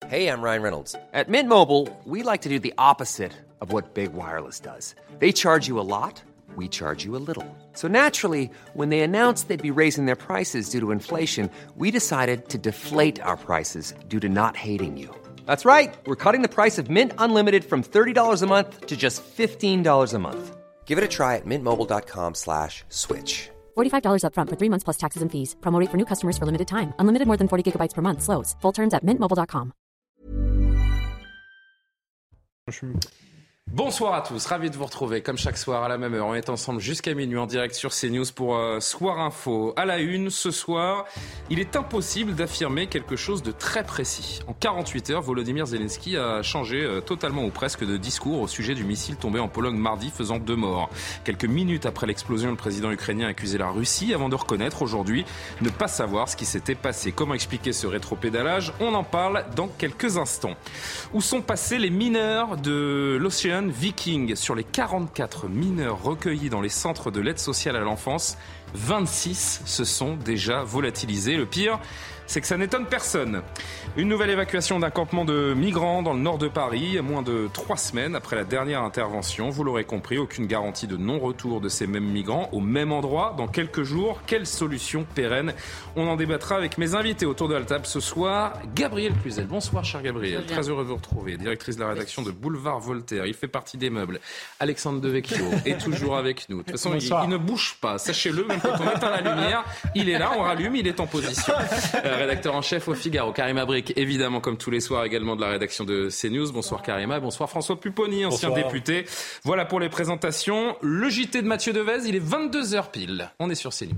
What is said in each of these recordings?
Hey, I'm Ryan Reynolds. At Mint Mobile, we like to do the opposite of what Big Wireless does. They charge you a lot, we charge you a little. So naturally, when they announced they'd be raising their prices due to inflation, we decided to deflate our prices due to not hating you. That's right. We're cutting the price of Mint Unlimited from $30 a month to just $15 a month. Give it a try at mintmobile.com/switch. $45 up front for 3 months plus taxes and fees. Promo rate for new customers for limited time. Unlimited more than 40 gigabytes per month. Slows full terms at mintmobile.com. Bonsoir à tous, ravi de vous retrouver comme chaque soir à la même heure. On est ensemble jusqu'à minuit en direct sur CNews pour Soir Info. À la une, ce soir, il est impossible d'affirmer quelque chose de très précis. En 48 heures, Volodymyr Zelensky a changé totalement ou presque de discours au sujet du missile tombé en Pologne mardi faisant 2 morts. Quelques minutes après l'explosion, le président ukrainien a accusé la Russie avant de reconnaître aujourd'hui ne pas savoir ce qui s'était passé. Comment expliquer ce rétropédalage ? On en parle dans quelques instants. Où sont passés les mineurs de l'Ocean Viking? Sur les 44 mineurs recueillis dans les centres de l'aide sociale à l'enfance, 26 se sont déjà volatilisés. Le pire, c'est que ça n'étonne personne. Une nouvelle évacuation d'un campement de migrants dans le nord de Paris, moins de 3 semaines après la dernière intervention. Vous l'aurez compris, aucune garantie de non-retour de ces mêmes migrants au même endroit dans quelques jours. Quelle solution pérenne? On en débattra avec mes invités autour de la table ce soir. Gabriel Cluzel. Bonsoir, cher Gabriel. Très heureux de vous retrouver. Directrice de la rédaction de Boulevard Voltaire. Il fait partie des meubles. Alexandre Devecchio est toujours avec nous. De toute façon, il ne bouge pas. Sachez-le, même quand on éteint la lumière, il est là, on rallume, il est en position. Rédacteur en chef au Figaro, Karima Brick, évidemment comme tous les soirs également de la rédaction de CNews. Bonsoir Karima, bonsoir François Pupponi, ancien député. Voilà pour les présentations. Le JT de Mathieu Devez, il est 22h pile. On est sur CNews.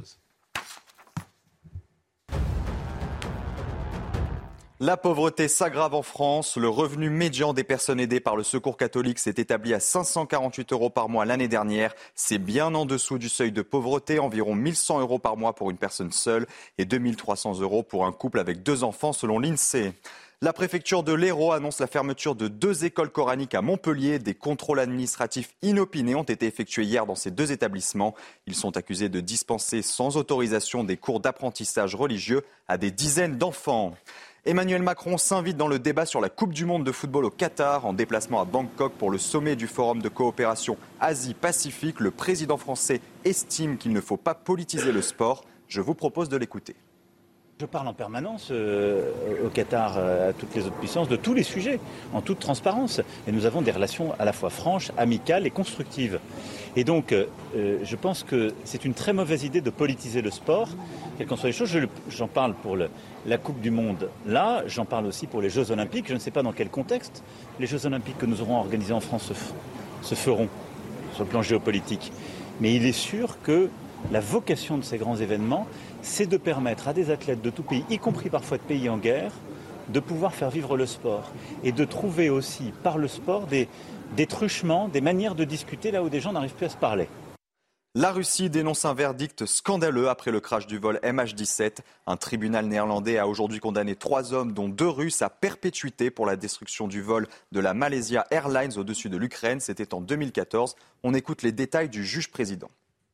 La pauvreté s'aggrave en France. Le revenu médian des personnes aidées par le Secours catholique s'est établi à 548 € par mois l'année dernière. C'est bien en dessous du seuil de pauvreté, environ 1100 € par mois pour une personne seule et 2300 € pour un couple avec 2 enfants selon l'INSEE. La préfecture de l'Hérault annonce la fermeture de 2 écoles coraniques à Montpellier. Des contrôles administratifs inopinés ont été effectués hier dans ces 2 établissements. Ils sont accusés de dispenser sans autorisation des cours d'apprentissage religieux à des dizaines d'enfants. Emmanuel Macron s'invite dans le débat sur la Coupe du Monde de football au Qatar. En déplacement à Bangkok pour le sommet du Forum de coopération Asie-Pacifique, le président français estime qu'il ne faut pas politiser le sport. Je vous propose de l'écouter. Je parle en permanence au Qatar, à toutes les autres puissances, de tous les sujets, en toute transparence. Et nous avons des relations à la fois franches, amicales et constructives. Et donc, je pense que c'est une très mauvaise idée de politiser le sport, quelles qu'en soient les choses. J'en parle pour la Coupe du Monde là, j'en parle aussi pour les Jeux Olympiques. Je ne sais pas dans quel contexte les Jeux Olympiques que nous aurons organisés en France se feront sur le plan géopolitique. Mais il est sûr que la vocation de ces grands événements, c'est de permettre à des athlètes de tout pays, y compris parfois de pays en guerre, de pouvoir faire vivre le sport. Et de trouver aussi, par le sport, des truchements, des manières de discuter là où des gens n'arrivent plus à se parler. La Russie dénonce un verdict scandaleux après le crash du vol MH17. Un tribunal néerlandais a aujourd'hui condamné 3 hommes, dont 2 Russes, à perpétuité pour la destruction du vol de la Malaysia Airlines au-dessus de l'Ukraine. C'était en 2014. On écoute les détails du juge-président.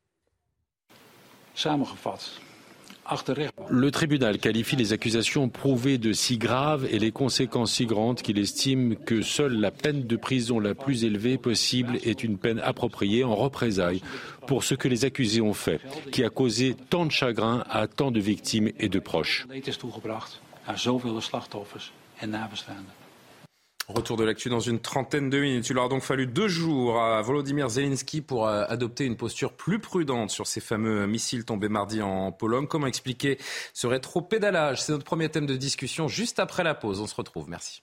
Le tribunal qualifie les accusations prouvées de si graves et les conséquences si grandes qu'il estime que seule la peine de prison la plus élevée possible est une peine appropriée en représailles pour ce que les accusés ont fait, qui a causé tant de chagrin à tant de victimes et de proches. Retour de l'actu dans une trentaine de minutes. Il aura donc fallu 2 jours à Volodymyr Zelensky pour adopter une posture plus prudente sur ces fameux missiles tombés mardi en Pologne. Comment expliquer ce rétropédalage? C'est notre premier thème de discussion juste après la pause. On se retrouve. Merci.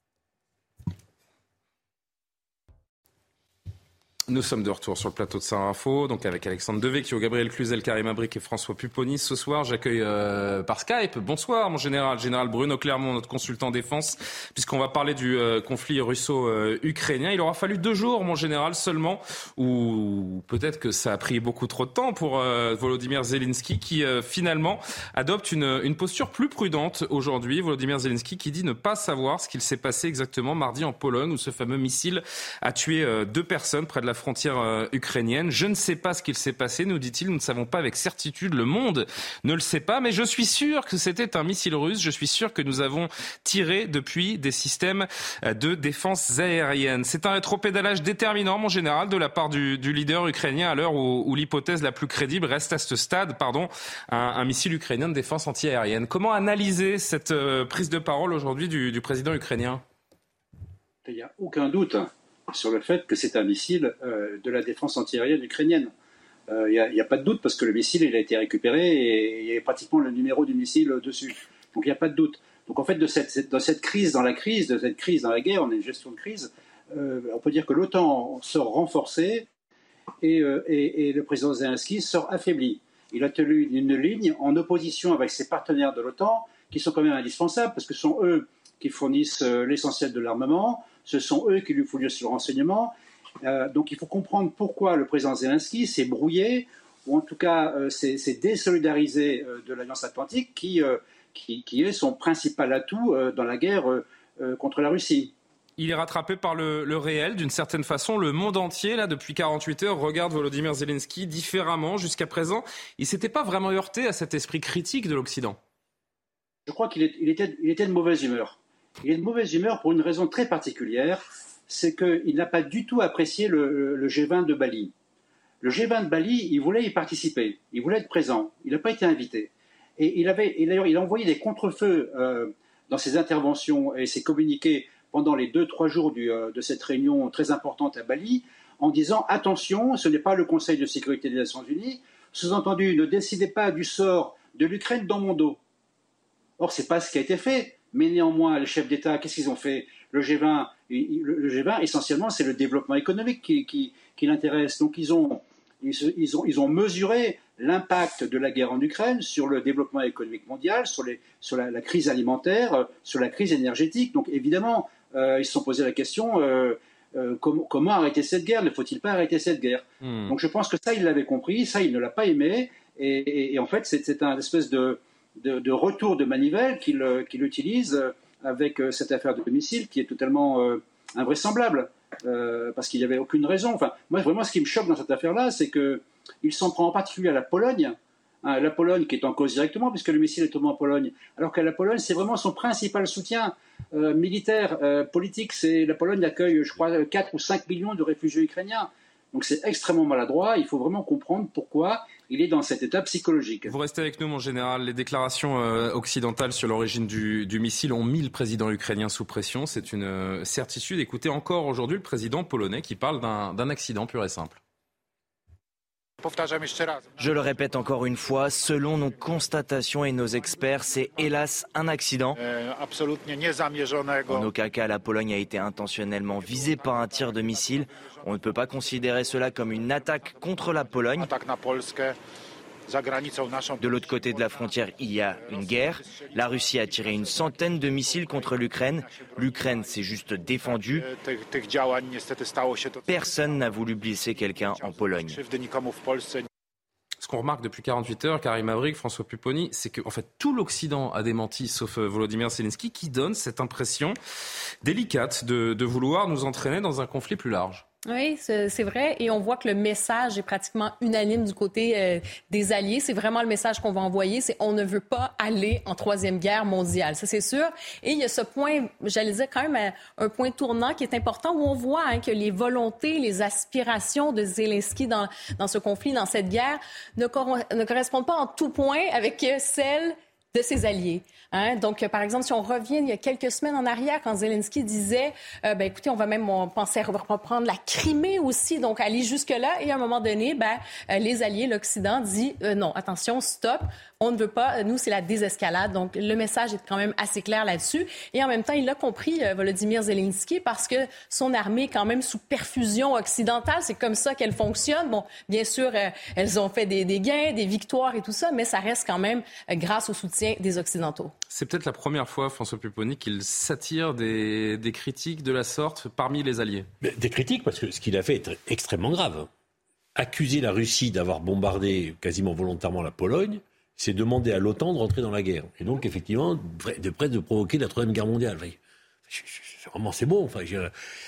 Nous sommes de retour sur le plateau de Soir Info, donc avec Alexandre Devecchio, Gabriel Cluzel, Karima Brick et François Pupponi. Ce soir, j'accueille par Skype. Bonsoir, mon général Bruno Clermont, notre consultant défense, puisqu'on va parler du conflit russo-ukrainien. Il aura fallu 2 jours, mon général, seulement, ou peut-être que ça a pris beaucoup trop de temps pour Volodymyr Zelensky, qui finalement adopte une posture plus prudente aujourd'hui. Volodymyr Zelensky qui dit ne pas savoir ce qu'il s'est passé exactement mardi en Pologne, où ce fameux missile a tué 2 personnes près de la la frontière ukrainienne. Je ne sais pas ce qu'il s'est passé, nous dit-il. Nous ne savons pas avec certitude. Le monde ne le sait pas. Mais je suis sûr que c'était un missile russe. Je suis sûr que nous avons tiré depuis des systèmes de défense aérienne. C'est un rétropédalage déterminant, mon général, de la part du leader ukrainien à l'heure où l'hypothèse la plus crédible reste à ce stade, un missile ukrainien de défense anti-aérienne. Comment analyser cette prise de parole aujourd'hui du président ukrainien ? Il n'y a aucun doute sur le fait que c'est un missile de la défense anti-aérienne ukrainienne. Il n'y a pas de doute parce que le missile il a été récupéré et il y a pratiquement le numéro du missile dessus. Donc il n'y a pas de doute. Donc en fait, de cette crise dans la crise, de cette crise dans la guerre, on est une gestion de crise, on peut dire que l'OTAN sort renforcée et le président Zelensky sort affaibli. Il a tenu une ligne en opposition avec ses partenaires de l'OTAN qui sont quand même indispensables parce que ce sont eux qui fournissent l'essentiel de l'armement, ce sont eux qui lui fournissent le renseignement. Donc il faut comprendre pourquoi le président Zelensky s'est brouillé, ou en tout cas s'est désolidarisé de l'Alliance Atlantique qui est son principal atout dans la guerre contre la Russie. Il est rattrapé par le réel, d'une certaine façon. Le monde entier, là, depuis 48 heures, regarde Volodymyr Zelensky différemment. Jusqu'à présent, il ne s'était pas vraiment heurté à cet esprit critique de l'Occident. Je crois qu'il était de mauvaise humeur. Il est de mauvaise humeur pour une raison très particulière, c'est qu'il n'a pas du tout apprécié le G20 de Bali. Le G20 de Bali, il voulait y participer, il voulait être présent, il n'a pas été invité. Et d'ailleurs, il a envoyé des contre-feux dans ses interventions et ses communiqués pendant les 2-3 jours de cette réunion très importante à Bali, en disant « Attention, ce n'est pas le Conseil de sécurité des Nations Unies, sous-entendu, ne décidez pas du sort de l'Ukraine dans mon dos ». Or, ce n'est pas ce qui a été fait. Mais néanmoins, les chefs d'État, qu'est-ce qu'ils ont fait ? Le G20, essentiellement, c'est le développement économique qui l'intéresse. Donc, ils ont mesuré l'impact de la guerre en Ukraine sur le développement économique mondial, sur la crise alimentaire, sur la crise énergétique. Donc, évidemment, ils se sont posé la question comment arrêter cette guerre ? Ne faut-il pas arrêter cette guerre ? Donc, je pense que ça, il l'avait compris, ça, il ne l'a pas aimé. Et en fait, c'est un espèce de retour de manivelle qu'il utilise avec cette affaire de missile qui est totalement invraisemblable parce qu'il n'y avait aucune raison. Enfin, moi, vraiment, ce qui me choque dans cette affaire-là, c'est qu'il s'en prend en particulier à la Pologne, la Pologne qui est en cause directement puisque le missile est tombé en Pologne, alors que la Pologne, c'est vraiment son principal soutien militaire, politique. La Pologne accueille, je crois, 4 ou 5 millions de réfugiés ukrainiens. Donc c'est extrêmement maladroit, il faut vraiment comprendre pourquoi il est dans cet état psychologique. Vous restez avec nous, mon général. Les déclarations occidentales sur l'origine du missile ont mis le président ukrainien sous pression. C'est une certitude. Écoutez encore aujourd'hui le président polonais qui parle d'un accident pur et simple. Je le répète encore une fois, selon nos constatations et nos experts, c'est hélas un accident. En aucun cas, la Pologne a été intentionnellement visée par un tir de missile. On ne peut pas considérer cela comme une attaque contre la Pologne. De l'autre côté de la frontière, il y a une guerre. La Russie a tiré une centaine de missiles contre l'Ukraine. L'Ukraine s'est juste défendue. Personne n'a voulu blesser quelqu'un en Pologne. Ce qu'on remarque depuis 48 heures, Karim Avrik, François Pupponi, c'est que en fait, tout l'Occident a démenti, sauf Volodymyr Zelensky, qui donne cette impression délicate de vouloir nous entraîner dans un conflit plus large. Oui, c'est vrai. Et on voit que le message est pratiquement unanime du côté des alliés. C'est vraiment le message qu'on va envoyer. C'est on ne veut pas aller en troisième guerre mondiale. Ça, c'est sûr. Et il y a ce point, j'allais dire quand même un point tournant qui est important où on voit que les volontés, les aspirations de Zelensky dans ce conflit, dans cette guerre, ne correspondent pas en tout point avec celles de ses alliés. Donc, par exemple, si on revient il y a quelques semaines en arrière, quand Zelensky disait écoutez, on va même penser à reprendre la Crimée aussi, donc aller jusque-là. Et à un moment donné, les alliés, l'Occident dit non, attention, stop, on ne veut pas, nous, c'est la désescalade. Donc, le message est quand même assez clair là-dessus. Et en même temps, il l'a compris, Volodymyr Zelensky, parce que son armée est quand même sous perfusion occidentale. C'est comme ça qu'elle fonctionne. Bon, bien sûr, elles ont fait des gains, des victoires et tout ça, mais ça reste quand même grâce au soutien des Occidentaux. C'est peut-être la première fois, François Pupponi, qu'il s'attire des critiques de la sorte parmi les alliés. Des critiques, parce que ce qu'il a fait est extrêmement grave. Accuser la Russie d'avoir bombardé quasiment volontairement la Pologne, c'est demander à l'OTAN de rentrer dans la guerre. Et donc, effectivement, de provoquer la Troisième Guerre mondiale. Vraiment, c'est bon.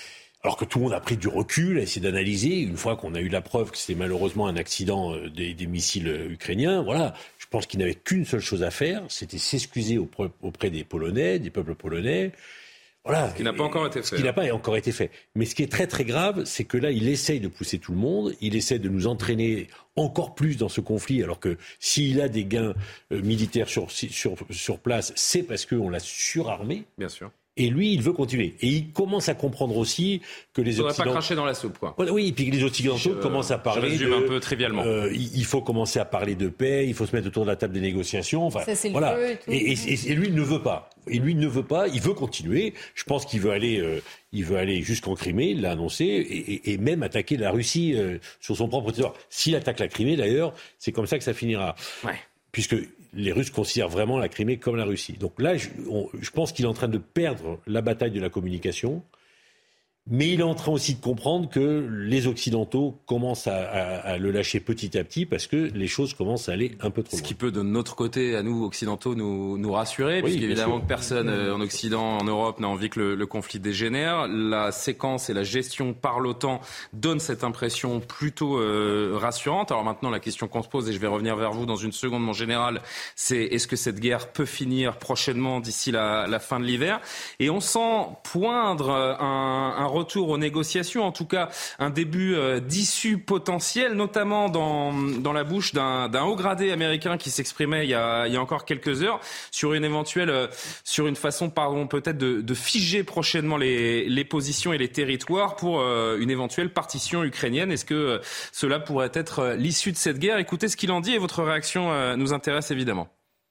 Alors que tout le monde a pris du recul, a essayé d'analyser, une fois qu'on a eu la preuve que c'était malheureusement un accident des missiles ukrainiens, voilà, je pense qu'il n'avait qu'une seule chose à faire, c'était s'excuser auprès des Polonais, des peuples polonais. Voilà. Ce qui n'a pas encore été fait. Ce qui n'a pas encore été fait. Mais ce qui est très très grave, c'est que là, il essaye de pousser tout le monde, il essaie de nous entraîner encore plus dans ce conflit, alors que s'il a des gains militaires sur place, c'est parce qu'on l'a surarmé. Bien sûr. Et lui, il veut continuer. Et il commence à comprendre aussi que les Occidentaux... Il ne faudrait pas cracher dans la soupe, quoi. Oui, et puis que les Occidentaux commencent à parler je résume un peu trivialement. Il faut commencer à parler de paix, il faut se mettre autour de la table des négociations. Enfin, ça, c'est voilà. le feu et tout. Et lui, il ne veut pas. Et lui, il ne veut pas, il veut continuer. Je pense qu'il veut aller jusqu'en Crimée, il l'a annoncé, et même attaquer la Russie sur son propre territoire. S'il attaque la Crimée, d'ailleurs, c'est comme ça que ça finira. Ouais. Puisque les Russes considèrent vraiment la Crimée comme la Russie. Donc là, je pense qu'il est en train de perdre la bataille de la communication. Mais il est en train aussi de comprendre que les Occidentaux commencent à le lâcher petit à petit parce que les choses commencent à aller un peu trop loin. Ce qui peut, de notre côté, à nous, Occidentaux, nous rassurer, puisqu'évidemment que personne en Occident, en Europe, n'a envie que le conflit dégénère. La séquence et la gestion par l'OTAN donnent cette impression plutôt rassurante. Alors maintenant, la question qu'on se pose, et je vais revenir vers vous dans une seconde, mon général, c'est est-ce que cette guerre peut finir prochainement d'ici la fin de l'hiver ? Et on sent poindre un retour aux négociations, en tout cas un début d'issue potentielle, notamment dans la bouche d'un haut gradé américain qui s'exprimait il y a encore quelques heures sur une façon peut-être de figer prochainement les positions et les territoires pour une éventuelle partition ukrainienne. Est-ce que cela pourrait être l'issue de cette guerre ? Écoutez ce qu'il en dit et votre réaction nous intéresse évidemment.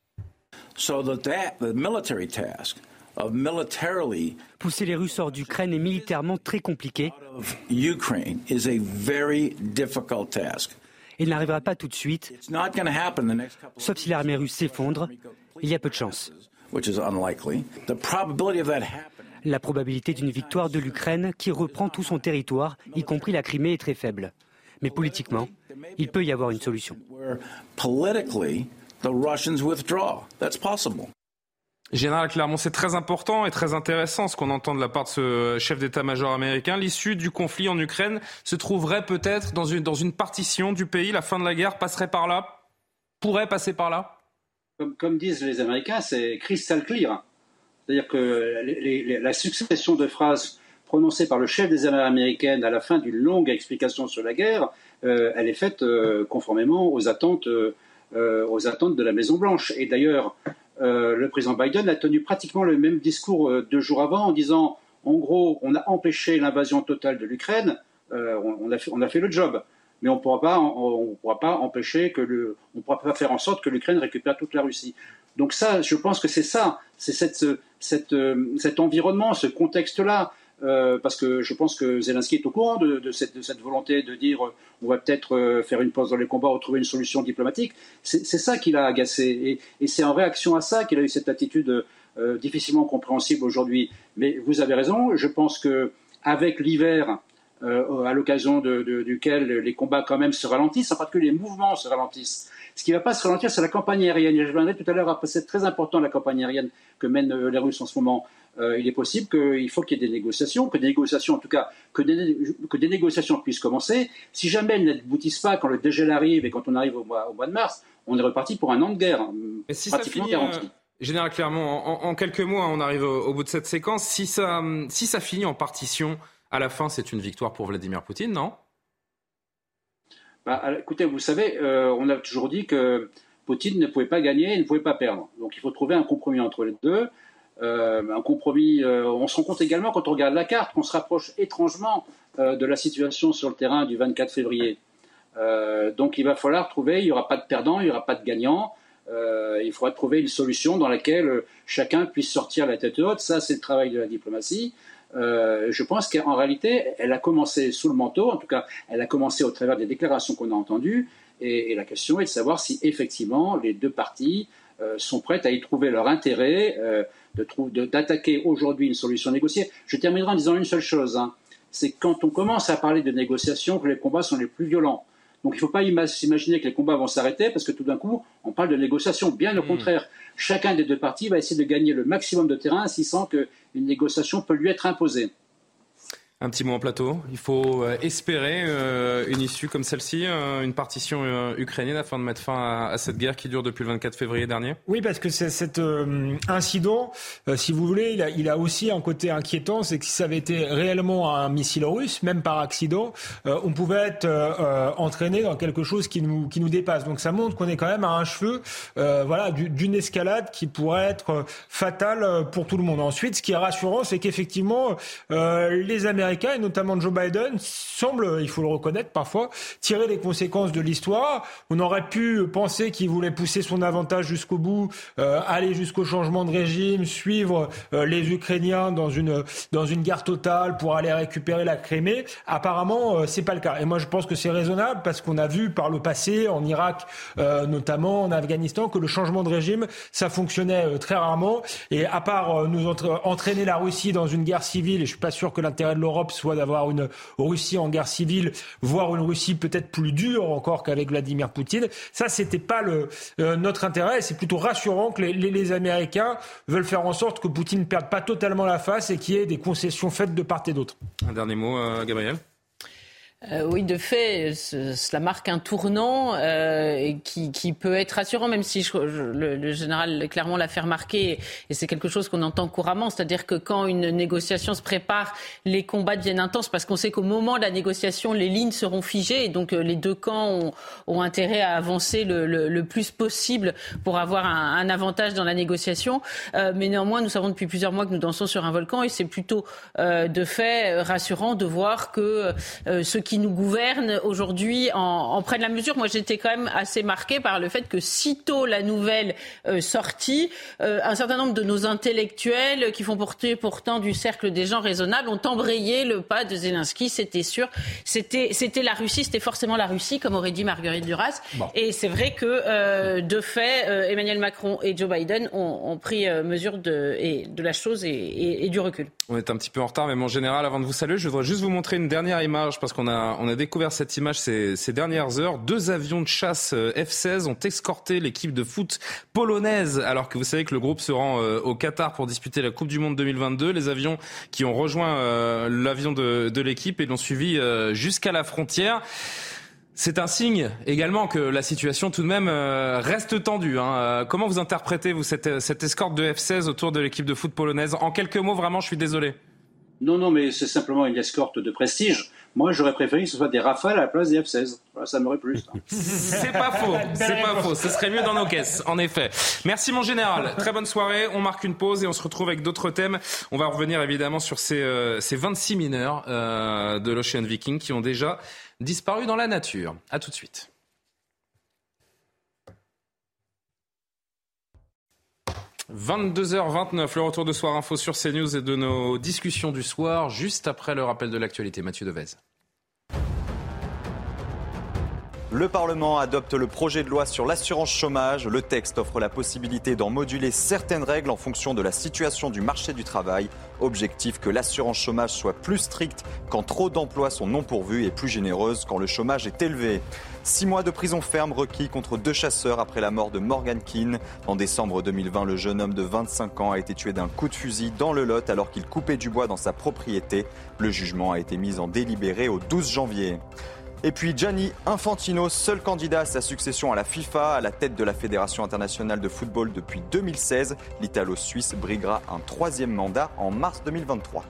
The military task of militarily pousser les Russes hors d'Ukraine est militairement très compliqué. Ukraine is a very difficult task. Il n'arrivera pas tout de suite, sauf si l'armée russe s'effondre. Il y a peu de chance. La probabilité d'une victoire de l'Ukraine qui reprend tout son territoire, y compris la Crimée, est très faible. Mais politiquement, il peut y avoir une solution. Général Clermont, c'est très important et très intéressant ce qu'on entend de la part de ce chef d'état-major américain. L'issue du conflit en Ukraine se trouverait peut-être dans une partition du pays. La fin de la guerre passerait par là, pourrait passer par là. Comme disent les Américains, c'est crystal clear. C'est-à-dire que la succession de phrases prononcées par le chef des armées américaines à la fin d'une longue explication sur la guerre, elle est faite conformément aux attentes de la Maison-Blanche. Et d'ailleurs, le président Biden a tenu pratiquement le même discours 2 jours avant en disant, en gros, on a empêché l'invasion totale de l'Ukraine, on a fait le job, mais on ne pourra pas empêcher on ne pourra pas faire en sorte que l'Ukraine récupère toute la Russie. Donc ça, je pense que c'est ça, c'est cet environnement, ce contexte-là. Parce que je pense que Zelensky est au courant de cette volonté de dire on va peut-être faire une pause dans les combats ou trouver une solution diplomatique. C'est ça qui l'a agacé. Et c'est en réaction à ça qu'il a eu cette attitude difficilement compréhensible aujourd'hui. Mais vous avez raison, je pense qu'avec l'hiver, à l'occasion duquel les combats quand même se ralentissent, en particulier les mouvements se ralentissent. Ce qui ne va pas se ralentir, c'est la campagne aérienne. Je reviendrai tout à l'heure, c'est très important la campagne aérienne que mènent les Russes en ce moment. Il est possible qu'il faut qu'il y ait des négociations, en tout cas, que des négociations puissent commencer. Si jamais elles n'aboutissent pas, quand le dégel arrive et quand on arrive au mois de mars, on est reparti pour un an de guerre, si pratiquement garanti. Général Clermont, en quelques mois, on arrive au bout de cette séquence. Si ça finit en partition, à la fin, c'est une victoire pour Vladimir Poutine, non ? Écoutez, vous savez, on a toujours dit que Poutine ne pouvait pas gagner et ne pouvait pas perdre. Donc il faut trouver un compromis entre les deux. Un compromis, on se rend compte également quand on regarde la carte qu'on se rapproche étrangement de la situation sur le terrain du 24 février. Donc il va falloir trouver, il n'y aura pas de perdant, il n'y aura pas de gagnant. Il faudra trouver une solution dans laquelle chacun puisse sortir la tête haute. Ça, c'est le travail de la diplomatie. Je pense qu'en réalité, elle a commencé sous le manteau, en tout cas, elle a commencé au travers des déclarations qu'on a entendues. Et la question est de savoir si effectivement les deux parties sont prêtes à y trouver leur intérêt, d'attaquer aujourd'hui une solution négociée. Je terminerai en disant une seule chose, c'est quand on commence à parler de négociations que les combats sont les plus violents. Donc il ne faut pas s'imaginer que les combats vont s'arrêter parce que tout d'un coup, on parle de négociations. Bien au contraire, chacun des deux parties va essayer de gagner le maximum de terrain s'il sent qu'une négociation peut lui être imposée. Un petit mot en plateau. Il faut espérer une issue comme celle-ci, une partition ukrainienne afin de mettre fin à cette guerre qui dure depuis le 24 février dernier. Oui, parce que cet incident, si vous voulez, il a aussi un côté inquiétant, c'est que si ça avait été réellement un missile russe, même par accident, on pouvait être entraîné dans quelque chose qui nous dépasse. Donc ça montre qu'on est quand même à un cheveu d'une escalade qui pourrait être fatale pour tout le monde. Ensuite, ce qui est rassurant, c'est qu'effectivement, les Américains, et notamment Joe Biden, semblent, il faut le reconnaître parfois, tirer les conséquences de l'histoire. On aurait pu penser qu'il voulait pousser son avantage jusqu'au bout, aller jusqu'au changement de régime, suivre les Ukrainiens dans une guerre totale pour aller récupérer la Crimée. Apparemment, c'est pas le cas. Et moi, je pense que c'est raisonnable parce qu'on a vu par le passé, en Irak notamment, en Afghanistan, que le changement de régime, ça fonctionnait très rarement. Et à part nous entraîner la Russie dans une guerre civile, et je suis pas sûr que l'intérêt de l'Europe soit d'avoir une Russie en guerre civile, voire une Russie peut-être plus dure encore qu'avec Vladimir Poutine. Ça, c'était pas notre intérêt. C'est plutôt rassurant que les Américains veulent faire en sorte que Poutine ne perde pas totalement la face et qu'il y ait des concessions faites de part et d'autre. Un dernier mot, Gabriel. Oui, de fait, cela marque un tournant qui peut être rassurant, même si le général Clermont l'a fait remarquer, et c'est quelque chose qu'on entend couramment, c'est-à-dire que quand une négociation se prépare, les combats deviennent intenses, parce qu'on sait qu'au moment de la négociation, les lignes seront figées, et donc les deux camps ont intérêt à avancer le plus possible pour avoir un avantage dans la négociation. Mais néanmoins, nous savons depuis plusieurs mois que nous dansons sur un volcan, et c'est plutôt de fait rassurant de voir que ceux qui nous gouvernent aujourd'hui en prennent la mesure. Moi, j'étais quand même assez marquée par le fait que sitôt la nouvelle sortie, un certain nombre de nos intellectuels qui font partie pourtant du cercle des gens raisonnables ont embrayé le pas de Zelensky, c'était sûr. C'était la Russie, c'était forcément la Russie, comme aurait dit Marguerite Duras. Bon. Et c'est vrai que, de fait, Emmanuel Macron et Joe Biden ont pris mesure de la chose et du recul. On est un petit peu en retard, mais en général, avant de vous saluer, je voudrais juste vous montrer une dernière image, parce qu'on a découvert cette image ces dernières heures. 2 avions de chasse F-16 ont escorté l'équipe de foot polonaise, alors que vous savez que le groupe se rend au Qatar pour disputer la Coupe du Monde 2022. Les avions qui ont rejoint l'avion de l'équipe et l'ont suivi jusqu'à la frontière. C'est un signe également que la situation tout de même reste tendue. Comment vous interprétez, vous, cette escorte de F-16 autour de l'équipe de foot polonaise ? En quelques mots, vraiment, je suis désolé. Non, mais c'est simplement une escorte de prestige. Moi, j'aurais préféré que ce soit des Rafales à la place des F-16. Voilà, ça m'aurait plu. C'est pas faux. Ce serait mieux dans nos caisses, en effet. Merci, mon général. Très bonne soirée. On marque une pause et on se retrouve avec d'autres thèmes. On va revenir évidemment sur ces 26 mineurs de l'Ocean Viking qui ont déjà disparu dans la nature. À tout de suite. « 22h29, le retour de Soir Info sur CNews et de nos discussions du soir, juste après le rappel de l'actualité. Mathieu Devez. Le Parlement adopte le projet de loi sur l'assurance chômage. Le texte offre la possibilité d'en moduler certaines règles en fonction de la situation du marché du travail. Objectif que l'assurance chômage soit plus stricte quand trop d'emplois sont non pourvus et plus généreuse quand le chômage est élevé. 6 mois de prison ferme requis contre 2 chasseurs après la mort de Morgan Keane. En décembre 2020, le jeune homme de 25 ans a été tué d'un coup de fusil dans le Lot alors qu'il coupait du bois dans sa propriété. Le jugement a été mis en délibéré au 12 janvier. Et puis Gianni Infantino, seul candidat à sa succession à la FIFA, à la tête de la Fédération internationale de football depuis 2016. L'Italo-Suisse briguera un 3e mandat en mars 2023.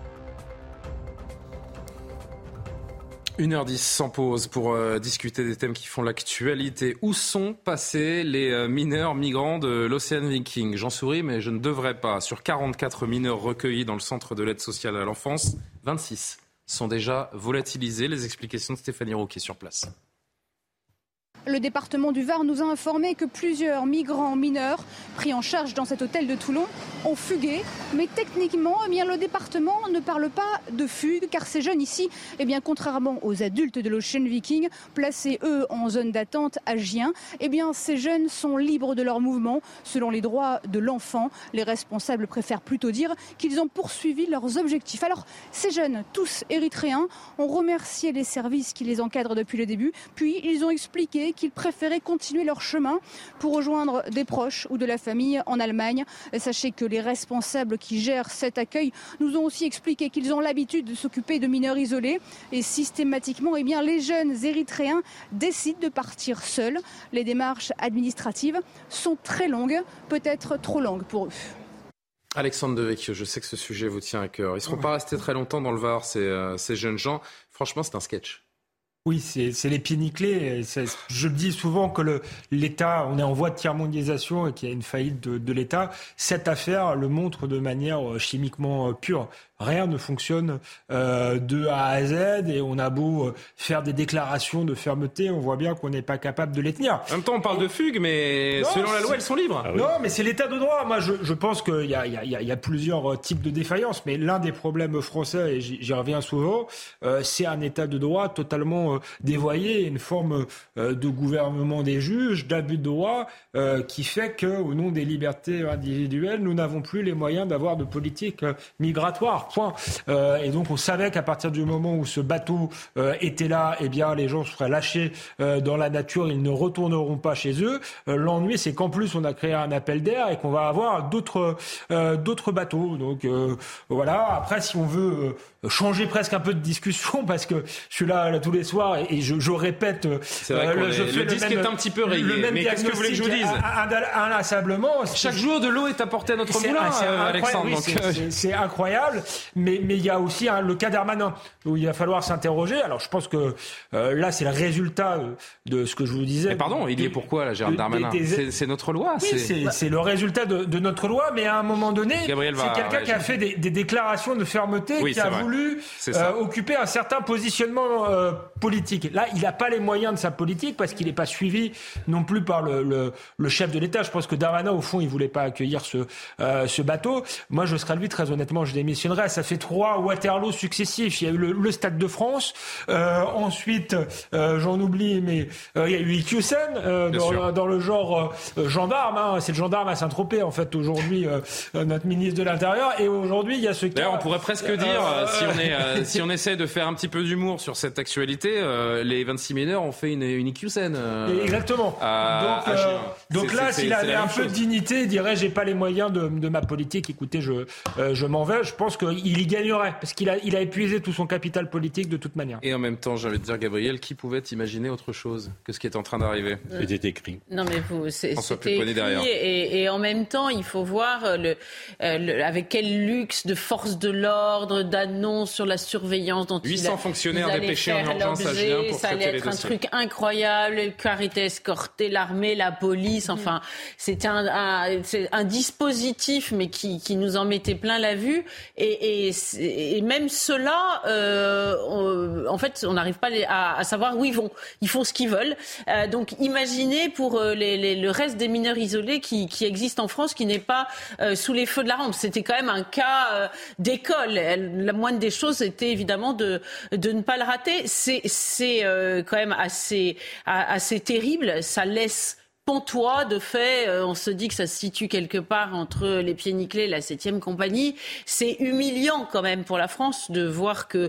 1h10 sans pause pour discuter des thèmes qui font l'actualité. Où sont passés les mineurs migrants de l'Ocean Viking ? J'en souris, mais je ne devrais pas. Sur 44 mineurs recueillis dans le centre de l'aide sociale à l'enfance, 26 sont déjà volatilisés. Les explications de Stéphanie Roux qui est sur place. Le département du Var nous a informé que plusieurs migrants mineurs pris en charge dans cet hôtel de Toulon ont fugué. Mais techniquement, le département ne parle pas de fugue car ces jeunes ici, contrairement aux adultes de l'Ocean Viking, placés eux en zone d'attente à Gien, ces jeunes sont libres de leur mouvement selon les droits de l'enfant. Les responsables préfèrent plutôt dire qu'ils ont poursuivi leurs objectifs. Alors ces jeunes, tous érythréens, ont remercié les services qui les encadrent depuis le début, puis ils ont expliqué affirmé qu'ils préféraient continuer leur chemin pour rejoindre des proches ou de la famille en Allemagne. Sachez que les responsables qui gèrent cet accueil nous ont aussi expliqué qu'ils ont l'habitude de s'occuper de mineurs isolés et systématiquement, les jeunes Érythréens décident de partir seuls. Les démarches administratives sont très longues, peut-être trop longues pour eux. Alexandre Devecchio, je sais que ce sujet vous tient à cœur. Ils ne seront pas restés très longtemps dans le Var, ces jeunes gens. Franchement, c'est un sketch. Oui, c'est les pieds nickelés. Je dis souvent que l'État, on est en voie de tiers-mondisation et qu'il y a une faillite de l'État. Cette affaire le montre de manière chimiquement pure. Rien ne fonctionne de A à Z et on a beau faire des déclarations de fermeté, on voit bien qu'on n'est pas capable de les tenir. En même temps, on parle de fugue, mais non, selon la loi, elles sont libres. Ah oui. Non, mais c'est l'état de droit. Moi, je pense qu'il y a plusieurs types de défaillances, mais l'un des problèmes français, et j'y reviens souvent, c'est un état de droit totalement dévoyé, une forme de gouvernement des juges, d'abus de droit, qui fait qu'au nom des libertés individuelles, nous n'avons plus les moyens d'avoir de politique migratoire. Point. Et donc on savait qu'à partir du moment où ce bateau était là, les gens seraient lâchés dans la nature, ils ne retourneront pas chez eux. L'ennui, c'est qu'en plus on a créé un appel d'air et qu'on va avoir d'autres bateaux. Donc voilà. Après, si on veut changer presque un peu de discussion, parce que je suis là tous les soirs et je répète. C'est vrai le disque est un petit peu rayé. Mais qu'est-ce que vous voulez que je vous dise ? Inlassablement. Chaque jour, de l'eau est apportée à notre moulin, Alexandre. Oui, c'est incroyable. Mais il y a aussi le cas Darmanin, où il va falloir s'interroger. Alors je pense que là, c'est le résultat de ce que je vous disais. Mais pardon, il y est pourquoi, là, Gérald Darmanin ? C'est notre loi. Oui, c'est le résultat de notre loi, mais à un moment donné, c'est quelqu'un qui a fait des déclarations de fermeté, qui a voulu occuper un certain positionnement politique. Là, il n'a pas les moyens de sa politique, parce qu'il n'est pas suivi non plus par le chef de l'État. Je pense que Darmanin, au fond, il ne voulait pas accueillir ce bateau. Moi, je serais lui, très honnêtement, je démissionnerais. Ça fait 3 Waterloo successifs. Il y a eu le Stade de France. Ensuite, j'en oublie, mais il y a eu Iqiyoussen dans le genre gendarme. C'est le gendarme à Saint-Tropez, en fait, aujourd'hui, notre ministre de l'Intérieur. Et aujourd'hui, il y a ce cas... D'ailleurs, on pourrait presque dire, si on essaie de faire un petit peu d'humour sur cette actualité, les 26 mineurs ont fait une Iqiyoussen. Exactement. Donc là, s'il avait un peu de dignité, il dirait, j'ai pas les moyens de ma politique. Écoutez, je m'en vais. Je pense qu'il y gagnerait, parce qu'il a épuisé tout son capital politique de toute manière. Et en même temps, j'ai envie de dire, Gabriel, qui pouvait imaginer autre chose que ce qui est en train d'arriver ? C'était écrit. Non, mais c'était écrit, et en même temps, il faut voir avec quel luxe de force de l'ordre, d'annonces sur la surveillance dont 800 fonctionnaires dépêchés en urgence à Gien pour ça allait être un truc incroyable, le carité escorté, l'armée, la police, enfin, c'était un dispositif, mais qui nous en mettait plein la vue, et même ceux-là, en fait, on n'arrive pas à savoir où ils vont. Ils font ce qu'ils veulent. Donc, imaginez pour le reste des mineurs isolés qui existent en France, qui n'est pas sous les feux de la rampe. C'était quand même un cas d'école. La moindre des choses était évidemment de ne pas le rater. C'est quand même assez terrible. Ça laisse pantois de fait, on se dit que ça se situe quelque part entre les pieds nickelés et la 7e compagnie. C'est humiliant quand même pour la France de voir que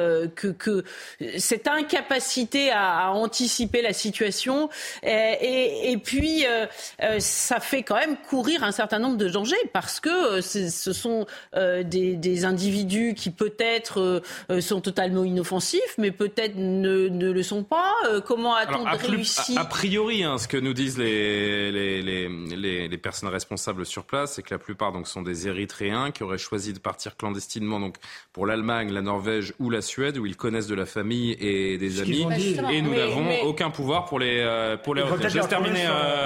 cette incapacité à anticiper la situation et puis ça fait quand même courir un certain nombre de dangers, parce que ce sont des individus qui peut-être sont totalement inoffensifs, mais peut-être ne le sont pas. Comment a-t-on réussi ? A priori, ce que nous disent les personnes responsables sur place, c'est que la plupart donc sont des Érythréens qui auraient choisi de partir clandestinement donc pour l'Allemagne, la Norvège ou la Suède, où ils connaissent de la famille et des amis, et nous n'avons aucun pouvoir pour les retenir. Je laisse terminer.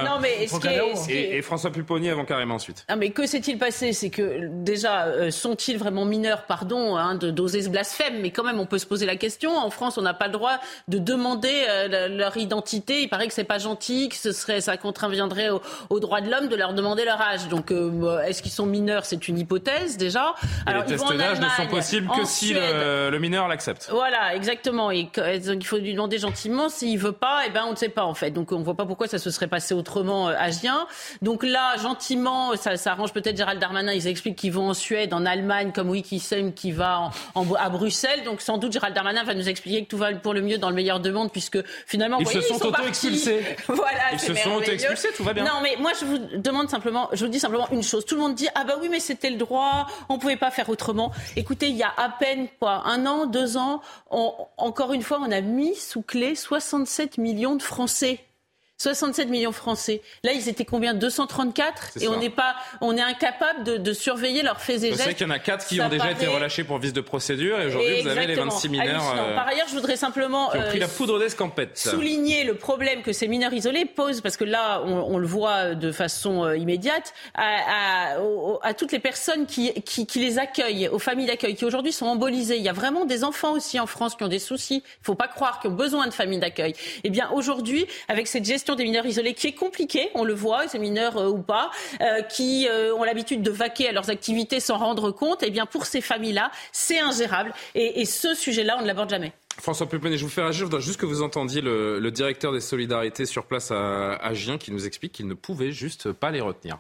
Et François Pupponi avant Karim ensuite. Non, mais que s'est-il passé ? C'est que déjà, sont-ils vraiment mineurs, d'oser ce blasphème, mais quand même on peut se poser la question. En France, on n'a pas le droit de demander leur identité. Il paraît que c'est pas gentil, que ce serait ça contraviendrait aux droits de l'homme de leur demander leur âge. Donc, est-ce qu'ils sont mineurs? C'est une hypothèse, déjà. Alors, les tests d'âge ne sont possibles que si le mineur l'accepte. Voilà, exactement. Et donc, il faut lui demander gentiment. S'il veut pas, on ne sait pas, en fait. Donc, on ne voit pas pourquoi ça se serait passé autrement à Gien. Donc là, gentiment, ça arrange peut-être Gérald Darmanin. Ils expliquent qu'ils vont en Suède, en Allemagne, comme Wikisem qui va à Bruxelles. Donc, sans doute, Gérald Darmanin va nous expliquer que tout va pour le mieux dans le meilleur de monde, puisque finalement, ils se sont auto-expulsés. Voilà, ils se sont auto-expulsés, tout va bien. Non, mais moi, je vous dis simplement une chose. Tout le monde dit, ah bah oui, mais c'était le droit, on pouvait pas faire autrement. Écoutez, il y a à peine, 1 an, 2 ans, encore une fois, on a mis sous clé 67 millions de Français. 67 millions de Français. Là, ils étaient combien? 234. Et on est incapable de surveiller leurs faits et gestes. Je sais qu'il y en a 4 qui ont déjà été relâchés pour vice de procédure et aujourd'hui, vous avez les 26 mineurs Par ailleurs, je voudrais simplement qui ont pris la poudre d'escampette. Souligner le problème que ces mineurs isolés posent, parce que là, on le voit de façon immédiate, à toutes les personnes qui les accueillent, aux familles d'accueil, qui aujourd'hui sont embolisées. Il y a vraiment des enfants aussi en France qui ont des soucis. Il ne faut pas croire qu'ils ont besoin de familles d'accueil. Eh bien, aujourd'hui, avec cette gestion des mineurs isolés qui est compliquée, on le voit, ces mineurs ou pas, qui ont l'habitude de vaquer à leurs activités sans rendre compte, eh bien pour ces familles-là, c'est ingérable. Et ce sujet-là, on ne l'aborde jamais. François Pupponi, je vous fais réagir. Je voudrais juste que vous entendiez le directeur des Solidarités sur place à Gien qui nous explique qu'il ne pouvait juste pas les retenir.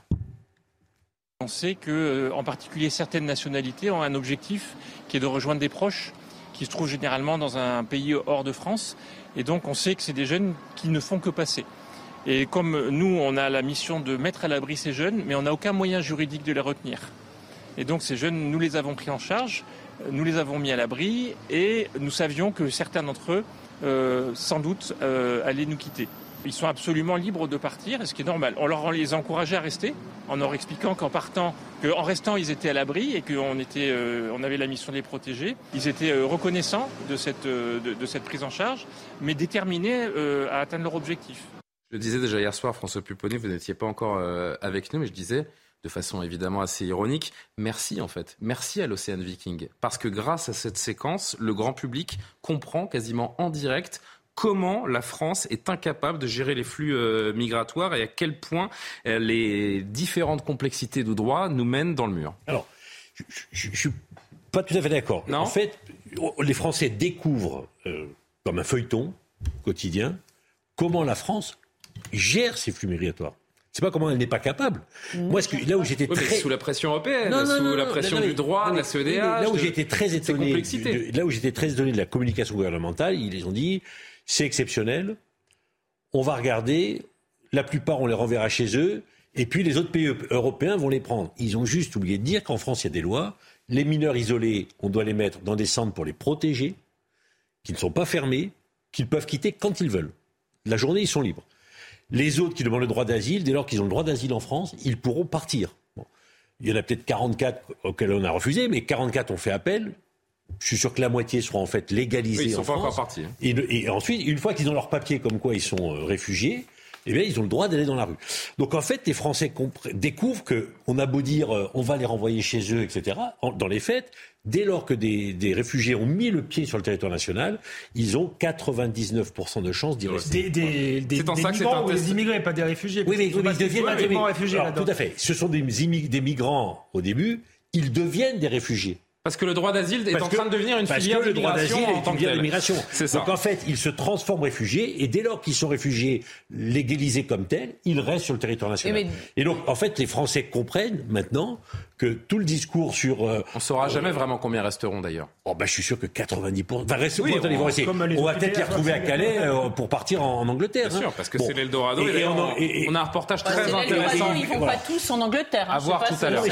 On sait que, en particulier, certaines nationalités ont un objectif qui est de rejoindre des proches qui se trouvent généralement dans un pays hors de France. Et donc, on sait que c'est des jeunes qui ne font que passer. Et comme nous, on a la mission de mettre à l'abri ces jeunes, mais on n'a aucun moyen juridique de les retenir. Et donc ces jeunes, nous les avons pris en charge, nous les avons mis à l'abri et nous savions que certains d'entre eux, sans doute, allaient nous quitter. Ils sont absolument libres de partir, ce qui est normal. On les a encouragés à rester, en leur expliquant qu'en restant, ils étaient à l'abri et on avait la mission de les protéger. Ils étaient reconnaissants de cette prise en charge, mais déterminés à atteindre leur objectif. Je le disais déjà hier soir, François Pupponi, vous n'étiez pas encore avec nous, mais je disais, de façon évidemment assez ironique, merci en fait. Merci à l'Océan Viking. Parce que grâce à cette séquence, le grand public comprend quasiment en direct comment la France est incapable de gérer les flux migratoires et à quel point les différentes complexités du droit nous mènent dans le mur. Alors, je ne suis pas tout à fait d'accord. Non ? En fait, les Français découvrent, comme un feuilleton quotidien, comment la France gère ces flux migratoires. C'est pas comment elle n'est pas capable. Moi, là où j'étais très... sous la pression européenne, sous la pression du droit, de la CEDH... Là où j'étais très étonné, de la communication gouvernementale, ils ont dit, c'est exceptionnel, on va regarder, la plupart on les renverra chez eux, et puis les autres pays européens vont les prendre. Ils ont juste oublié de dire qu'en France, il y a des lois, les mineurs isolés, on doit les mettre dans des centres pour les protéger, qui ne sont pas fermés, qu'ils peuvent quitter quand ils veulent. La journée, ils sont libres. Les autres qui demandent le droit d'asile, dès lors qu'ils ont le droit d'asile en France, ils pourront partir. Bon. Il y en a peut-être 44 auxquels on a refusé, mais 44 ont fait appel. Je suis sûr que la moitié seront en fait légalisés en France. Ils sont pas encore partis. Et ensuite, une fois qu'ils ont leur papier comme quoi ils sont réfugiés, eh bien, ils ont le droit d'aller dans la rue. Donc en fait, les Français découvrent qu'on a beau dire on va les renvoyer chez eux, etc. Dans les faits, dès lors que des réfugiés ont mis le pied sur le territoire national, ils ont 99% de chances d'y rester. Des migrants ou des immigrés, pas des réfugiés. Oui, mais ils deviennent réfugiés là-dedans. Tout à fait. Ce sont des migrants au début, ils deviennent des réfugiés. Parce que le droit d'asile est en train de devenir une filière d'immigration en tant que telle. C'est ça. Donc en fait, ils se transforment réfugiés et dès lors qu'ils sont réfugiés légalisés comme tels, ils restent sur le territoire national. Et donc en fait, les Français comprennent maintenant que tout le discours sur... on ne saura jamais vraiment combien resteront d'ailleurs. Je suis sûr que 90%... Enfin, on va peut-être les retrouver à Calais pour partir en Angleterre. Bien sûr, parce que c'est l'Eldorado. Et on a un reportage très intéressant. Ils ne vont pas tous en Angleterre. À voir tout à l'heure.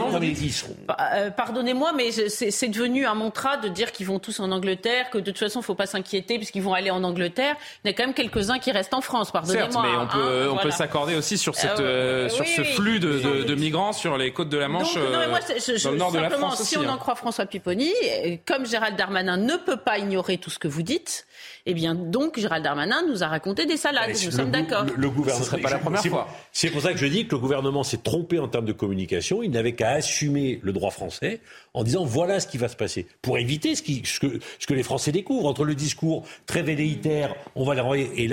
Pardonnez-moi, mais c'est devenu un mantra de dire qu'ils vont tous en Angleterre, que de toute façon, il ne faut pas s'inquiéter puisqu'ils vont aller en Angleterre. Il y a quand même quelques-uns qui restent en France, pardonnez-moi. Certes, mais on peut s'accorder aussi sur ce flux de migrants sur les côtes de la Manche. Dans le nord de la France si on en croit François Pupponi, comme Gérald Darmanin ne peut pas ignorer tout ce que vous dites, eh bien donc Gérald Darmanin nous a raconté des salades. Nous sommes d'accord. Le gouvernement, ce serait pas la première fois. C'est pour ça que je dis que le gouvernement s'est trompé en termes de communication. Il n'avait qu'à assumer le droit français en disant voilà ce qui va se passer pour éviter ce que les Français découvrent entre le discours très velléitaire, on va les renvoyer et là.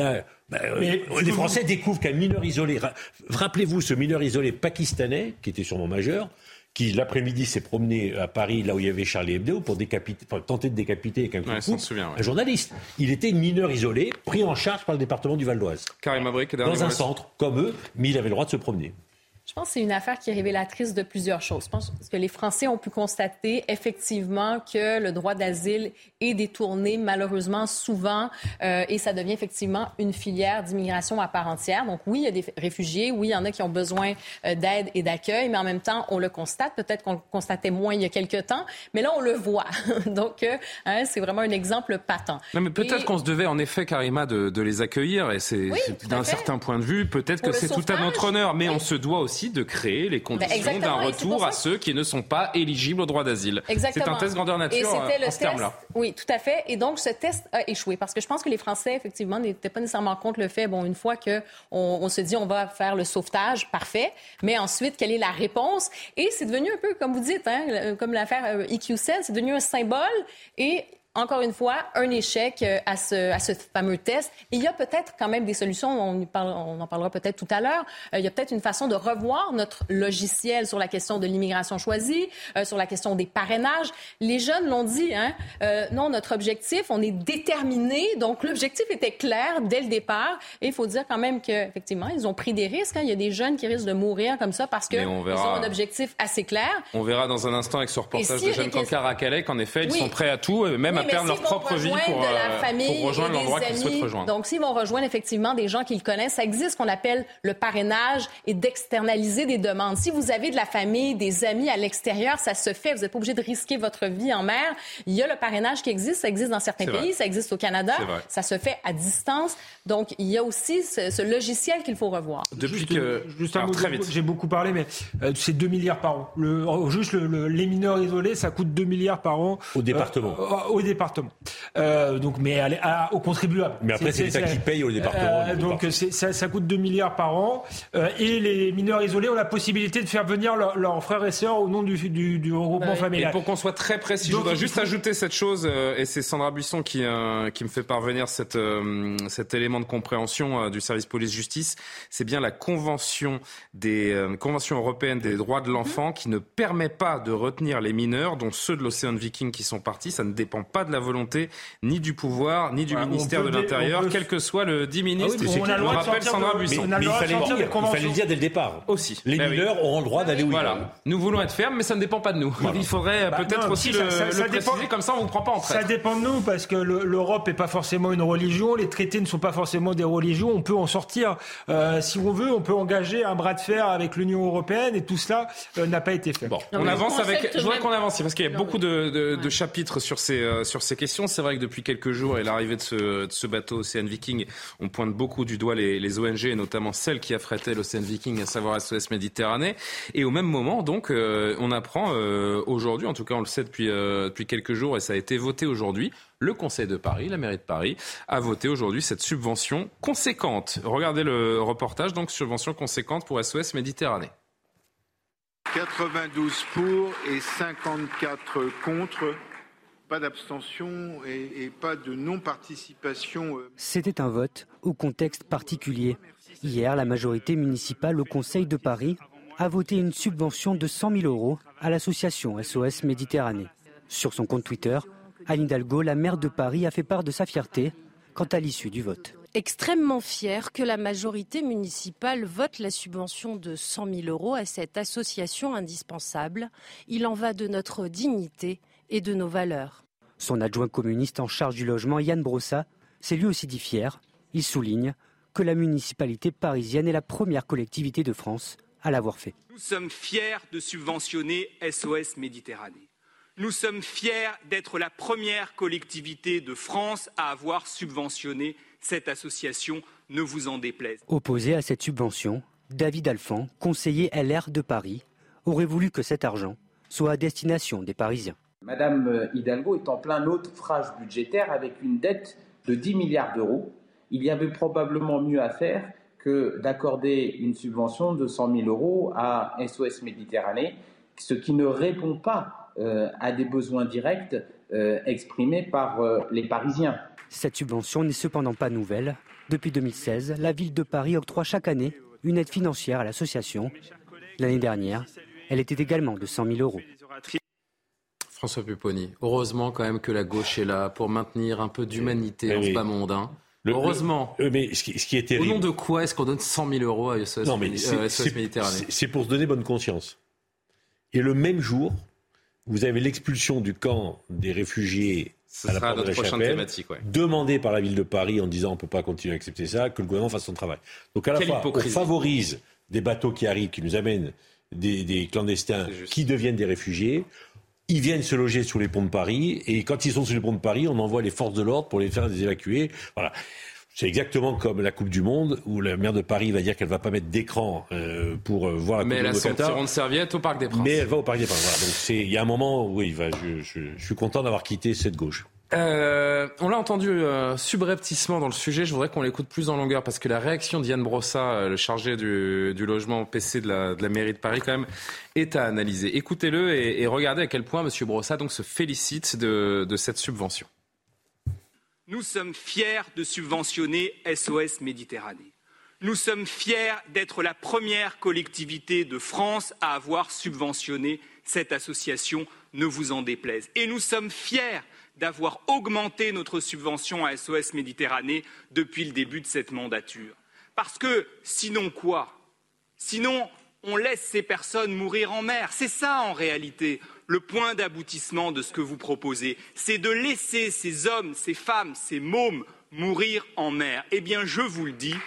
Les Français découvrent qu'un mineur isolé, rappelez-vous ce mineur isolé pakistanais, qui était sûrement majeur, qui l'après-midi s'est promené à Paris, là où il y avait Charlie Hebdo, pour tenter de décapiter avec un coup de coupe un journaliste. Il était mineur isolé, pris en charge par le département du Val d'Oise. Karim Abrik, dans un centre, comme eux, mais il avait le droit de se promener. Je pense que c'est une affaire qui est révélatrice de plusieurs choses. Je pense que les Français ont pu constater effectivement que le droit d'asile est détourné malheureusement souvent et ça devient effectivement une filière d'immigration à part entière. Donc oui, il y a des réfugiés, oui, il y en a qui ont besoin d'aide et d'accueil, mais en même temps, on le constate. Peut-être qu'on le constatait moins il y a quelques temps, mais là, on le voit. Donc, c'est vraiment un exemple patent. Non, mais peut-être qu'on se devait en effet, Karima, de les accueillir et c'est d'un certain point de vue, peut-être que c'est tout à notre honneur, mais on se doit aussi de créer les conditions d'un retour à ceux qui ne sont pas éligibles au droit d'asile. Exactement. C'est un test grandeur nature en ce terme-là. Oui, tout à fait. Et donc, ce test a échoué parce que je pense que les Français, effectivement, n'étaient pas nécessairement contre le fait, une fois qu'on se dit on va faire le sauvetage, parfait, mais ensuite, quelle est la réponse? Et c'est devenu un peu, comme vous dites, comme l'affaire EQCell, c'est devenu un symbole et encore une fois, un échec à ce fameux test. Et il y a peut-être quand même des solutions, on en parlera peut-être tout à l'heure. Il y a peut-être une façon de revoir notre logiciel sur la question de l'immigration choisie, sur la question des parrainages. Les jeunes l'ont dit, non, notre objectif, on est déterminé. Donc, l'objectif était clair dès le départ. Et il faut dire quand même qu'effectivement, ils ont pris des risques. Il y a des jeunes qui risquent de mourir comme ça parce qu'ils ont un objectif assez clair. On verra dans un instant avec ce reportage de Jeanne Cancard à Calais qu'en effet, ils sont prêts à tout, même à perdre leur propre vie pour rejoindre l'endroit qu'ils souhaitent rejoindre. Donc, s'ils vont rejoindre effectivement des gens qu'ils connaissent, ça existe ce qu'on appelle le parrainage et d'externaliser des demandes. Si vous avez de la famille, des amis à l'extérieur, ça se fait. Vous n'êtes pas obligé de risquer votre vie en mer. Il y a le parrainage qui existe. Ça existe dans certains pays. Ça existe au Canada. Ça se fait à distance. Donc, il y a aussi ce logiciel qu'il faut revoir. Juste un mot, très vite. J'ai beaucoup parlé, mais c'est 2 milliards par an. Les mineurs isolés, ça coûte 2 milliards par an. Au département. Au département. Mais aux contribuables. Mais après, c'est l'État qui paye au département. Donc, ça coûte 2 milliards par an. Et les mineurs isolés ont la possibilité de faire venir leurs frères et sœurs au nom du regroupement familial. Et pour qu'on soit très précis, je voudrais juste ajouter cette chose, et c'est Sandra Buisson qui me fait parvenir cet élément de compréhension du service police-justice. C'est bien la convention européenne des droits de l'enfant qui ne permet pas de retenir les mineurs, dont ceux de l'Océan Viking qui sont partis. Ça ne dépend pas de la volonté ni du pouvoir, ni du ministère de l'Intérieur, quel que soit le dit ministre. On rappelle Sandra Buisson. Mais il fallait le dire dès le départ. Aussi. Les mineurs auront le droit d'aller où ils veulent. Nous voulons être fermes, mais ça ne dépend pas de nous. Il faudrait peut-être aussi le préciser, comme ça on ne vous prend pas en traître. Ça dépend de nous, parce que l'Europe n'est pas forcément une religion, les traités ne sont pas forcément des religions, on peut en sortir. Si on veut, on peut engager un bras de fer avec l'Union européenne, et tout cela n'a pas été fait. Bon, on avance avec... Je voudrais qu'on avance, parce qu'il y a beaucoup de chapitres sur ces questions. C'est vrai que depuis quelques jours et l'arrivée de ce bateau Ocean Viking, on pointe beaucoup du doigt les ONG, et notamment celles qui affrétaient l'Ocean Viking, à savoir SOS Méditerranée. Et au même moment, donc, on apprend aujourd'hui, en tout cas on le sait depuis quelques jours, et ça a été voté aujourd'hui, le Conseil de Paris, la mairie de Paris, a voté aujourd'hui cette subvention conséquente. Regardez le reportage, donc subvention conséquente pour SOS Méditerranée. 92 pour et 54 contre. Pas d'abstention et pas de non-participation. C'était un vote au contexte particulier. Hier, la majorité municipale au Conseil de Paris a voté une subvention de 100 000 € à l'association SOS Méditerranée. Sur son compte Twitter, Anne Hidalgo, la maire de Paris, a fait part de sa fierté quant à l'issue du vote. Extrêmement fière que la majorité municipale vote la subvention de 100 000 € à cette association indispensable. Il en va de notre dignité et de nos valeurs. Son adjoint communiste en charge du logement, Yann Brossa, s'est lui aussi dit fier. Il souligne que la municipalité parisienne est la première collectivité de France à l'avoir fait. Nous sommes fiers de subventionner SOS Méditerranée. Nous sommes fiers d'être la première collectivité de France à avoir subventionné cette association, ne vous en déplaise. Opposé à cette subvention, David Alphand, conseiller LR de Paris, aurait voulu que cet argent soit à destination des Parisiens. Madame Hidalgo est en plein naufrage budgétaire avec une dette de 10 milliards d'euros. Il y avait probablement mieux à faire que d'accorder une subvention de 100 000 € à SOS Méditerranée, ce qui ne répond pas à des besoins directs exprimés par les Parisiens. Cette subvention n'est cependant pas nouvelle. Depuis 2016, la ville de Paris octroie chaque année une aide financière à l'association. L'année dernière, elle était également de 100 000 euros. François Pupponi, heureusement quand même que la gauche est là pour maintenir un peu d'humanité en ce bas monde. Heureusement. Mais ce qui est terrible... Au nom de quoi est-ce qu'on donne 100 000 euros à SOS Méditerranée ? C'est pour se donner bonne conscience. Et le même jour, vous avez l'expulsion du camp des réfugiés à la porte de la Chapelle, demandé par la ville de Paris en disant on ne peut pas continuer à accepter ça, que le gouvernement fasse son travail. Donc à la fois, on favorise des bateaux qui arrivent, qui nous amènent des clandestins qui deviennent des réfugiés. Ils viennent se loger sur les ponts de Paris, et quand ils sont sur les ponts de Paris, on envoie les forces de l'ordre pour les faire évacuer. Voilà. C'est exactement comme la Coupe du Monde, où la maire de Paris va dire qu'elle ne va pas mettre d'écran pour voir la Coupe du Monde au Qatar. Mais elle a son petit rond de serviette au Parc des Princes. Mais elle va au Parc des Princes. Voilà. Donc il y a un moment où je suis content d'avoir quitté cette gauche. On l'a entendu subrepticement dans le sujet. Je voudrais qu'on l'écoute plus en longueur parce que la réaction d'Yann Brossat, le chargé du logement PC de la mairie de Paris, quand même, est à analyser. Écoutez-le et regardez à quel point M. Brossat donc se félicite de cette subvention. Nous sommes fiers de subventionner SOS Méditerranée. Nous sommes fiers d'être la première collectivité de France à avoir subventionné cette association, ne vous en déplaise. Et nous sommes fiers d'avoir augmenté notre subvention à SOS Méditerranée depuis le début de cette mandature. Parce que sinon quoi ? Sinon, on laisse ces personnes mourir en mer. C'est ça en réalité le point d'aboutissement de ce que vous proposez. C'est de laisser ces hommes, ces femmes, ces mômes mourir en mer. Eh bien, je vous le dis,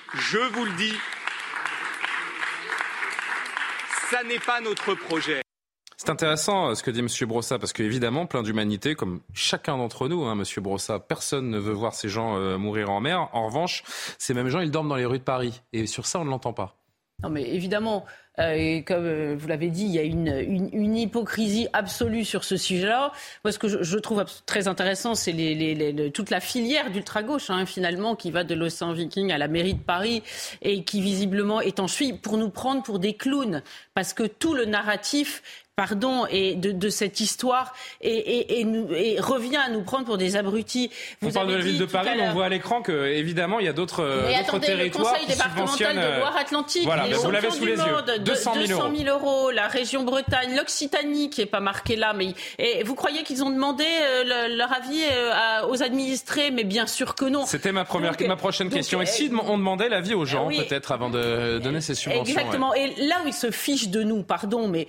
ça n'est pas notre projet. C'est intéressant ce que dit M. Brossat, parce qu'évidemment, plein d'humanité, comme chacun d'entre nous, M. Brossat, personne ne veut voir ces gens mourir en mer. En revanche, ces mêmes gens, ils dorment dans les rues de Paris. Et sur ça, on ne l'entend pas. Non, mais évidemment, comme vous l'avez dit, il y a une hypocrisie absolue sur ce sujet-là. Moi, ce que je trouve très intéressant, c'est toute la filière d'ultra-gauche, finalement, qui va de l'Océan Viking à la mairie de Paris et qui, visiblement, est en cheville pour nous prendre pour des clowns. Parce que tout le narratif... et de cette histoire et revient à nous prendre pour des abrutis. On parle de la ville de Paris, mais on voit à l'écran que évidemment il y a d'autres territoires qui subventionnent. Le conseil départemental de Loire-Atlantique, les vous l'avez sous les yeux. 200 000 euros. La région Bretagne, l'Occitanie qui est pas marquée là, mais et vous croyez qu'ils ont demandé leur avis aux administrés? Mais bien sûr que non. C'était ma prochaine question. Et si on demandait l'avis aux gens, peut-être avant de donner ces subventions. Exactement. Ouais. Et là où ils se fichent de nous, mais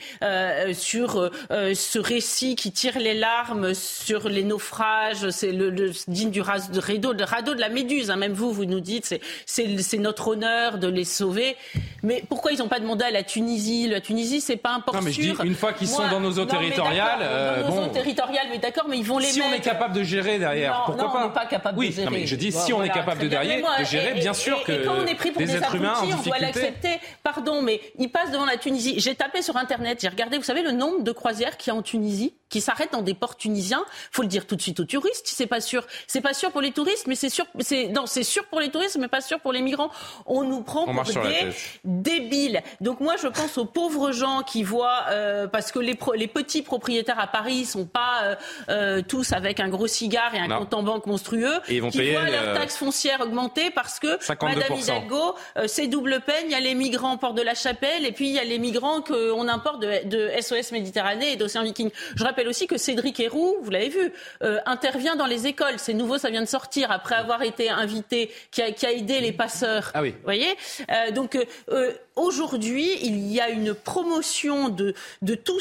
sur ce récit qui tire les larmes sur les naufrages, c'est le digne du radeau de la Méduse. Même vous nous dites c'est notre honneur de les sauver. Mais pourquoi ils n'ont pas demandé à la Tunisie? La Tunisie, c'est pas un port sûr. Non, mais je dis, une fois qu'ils sont dans nos eaux territoriales, dans nos eaux territoriales, mais d'accord, mais ils vont les mettre. Si on est capable de gérer derrière, pourquoi pas? On n'est pas capable de gérer. Non, mais je dis, si on est capable de gérer, bien sûr que et quand on est pris pour des êtres humains en on doit l'accepter. Pardon, mais ils passent devant la Tunisie. J'ai tapé sur Internet, j'ai regardé, vous savez, le nombre de croisières qu'il y a en Tunisie, qui s'arrêtent dans des ports tunisiens. Faut le dire tout de suite aux touristes. C'est pas sûr pour les touristes, mais c'est sûr pour les touristes, mais pas sûr pour les migrants. On nous prend pour des débiles. Donc moi, je pense aux pauvres gens qui voient, parce que les petits propriétaires à Paris sont pas tous avec un gros cigare et un compte en banque monstrueux, et ils vont qui voient leur taxe foncière augmenter parce que 52%. Madame Hidalgo, c'est double peine. Il y a les migrants au port de la Chapelle et puis il y a les migrants qu'on importe de SOS Méditerranée et d'Océan Viking. Je rappelle aussi que Cédric Héroux, vous l'avez vu, intervient dans les écoles. C'est nouveau, ça vient de sortir après avoir été invité, qui a aidé les passeurs. Ah oui. Vous voyez, donc aujourd'hui, il y a une promotion de tout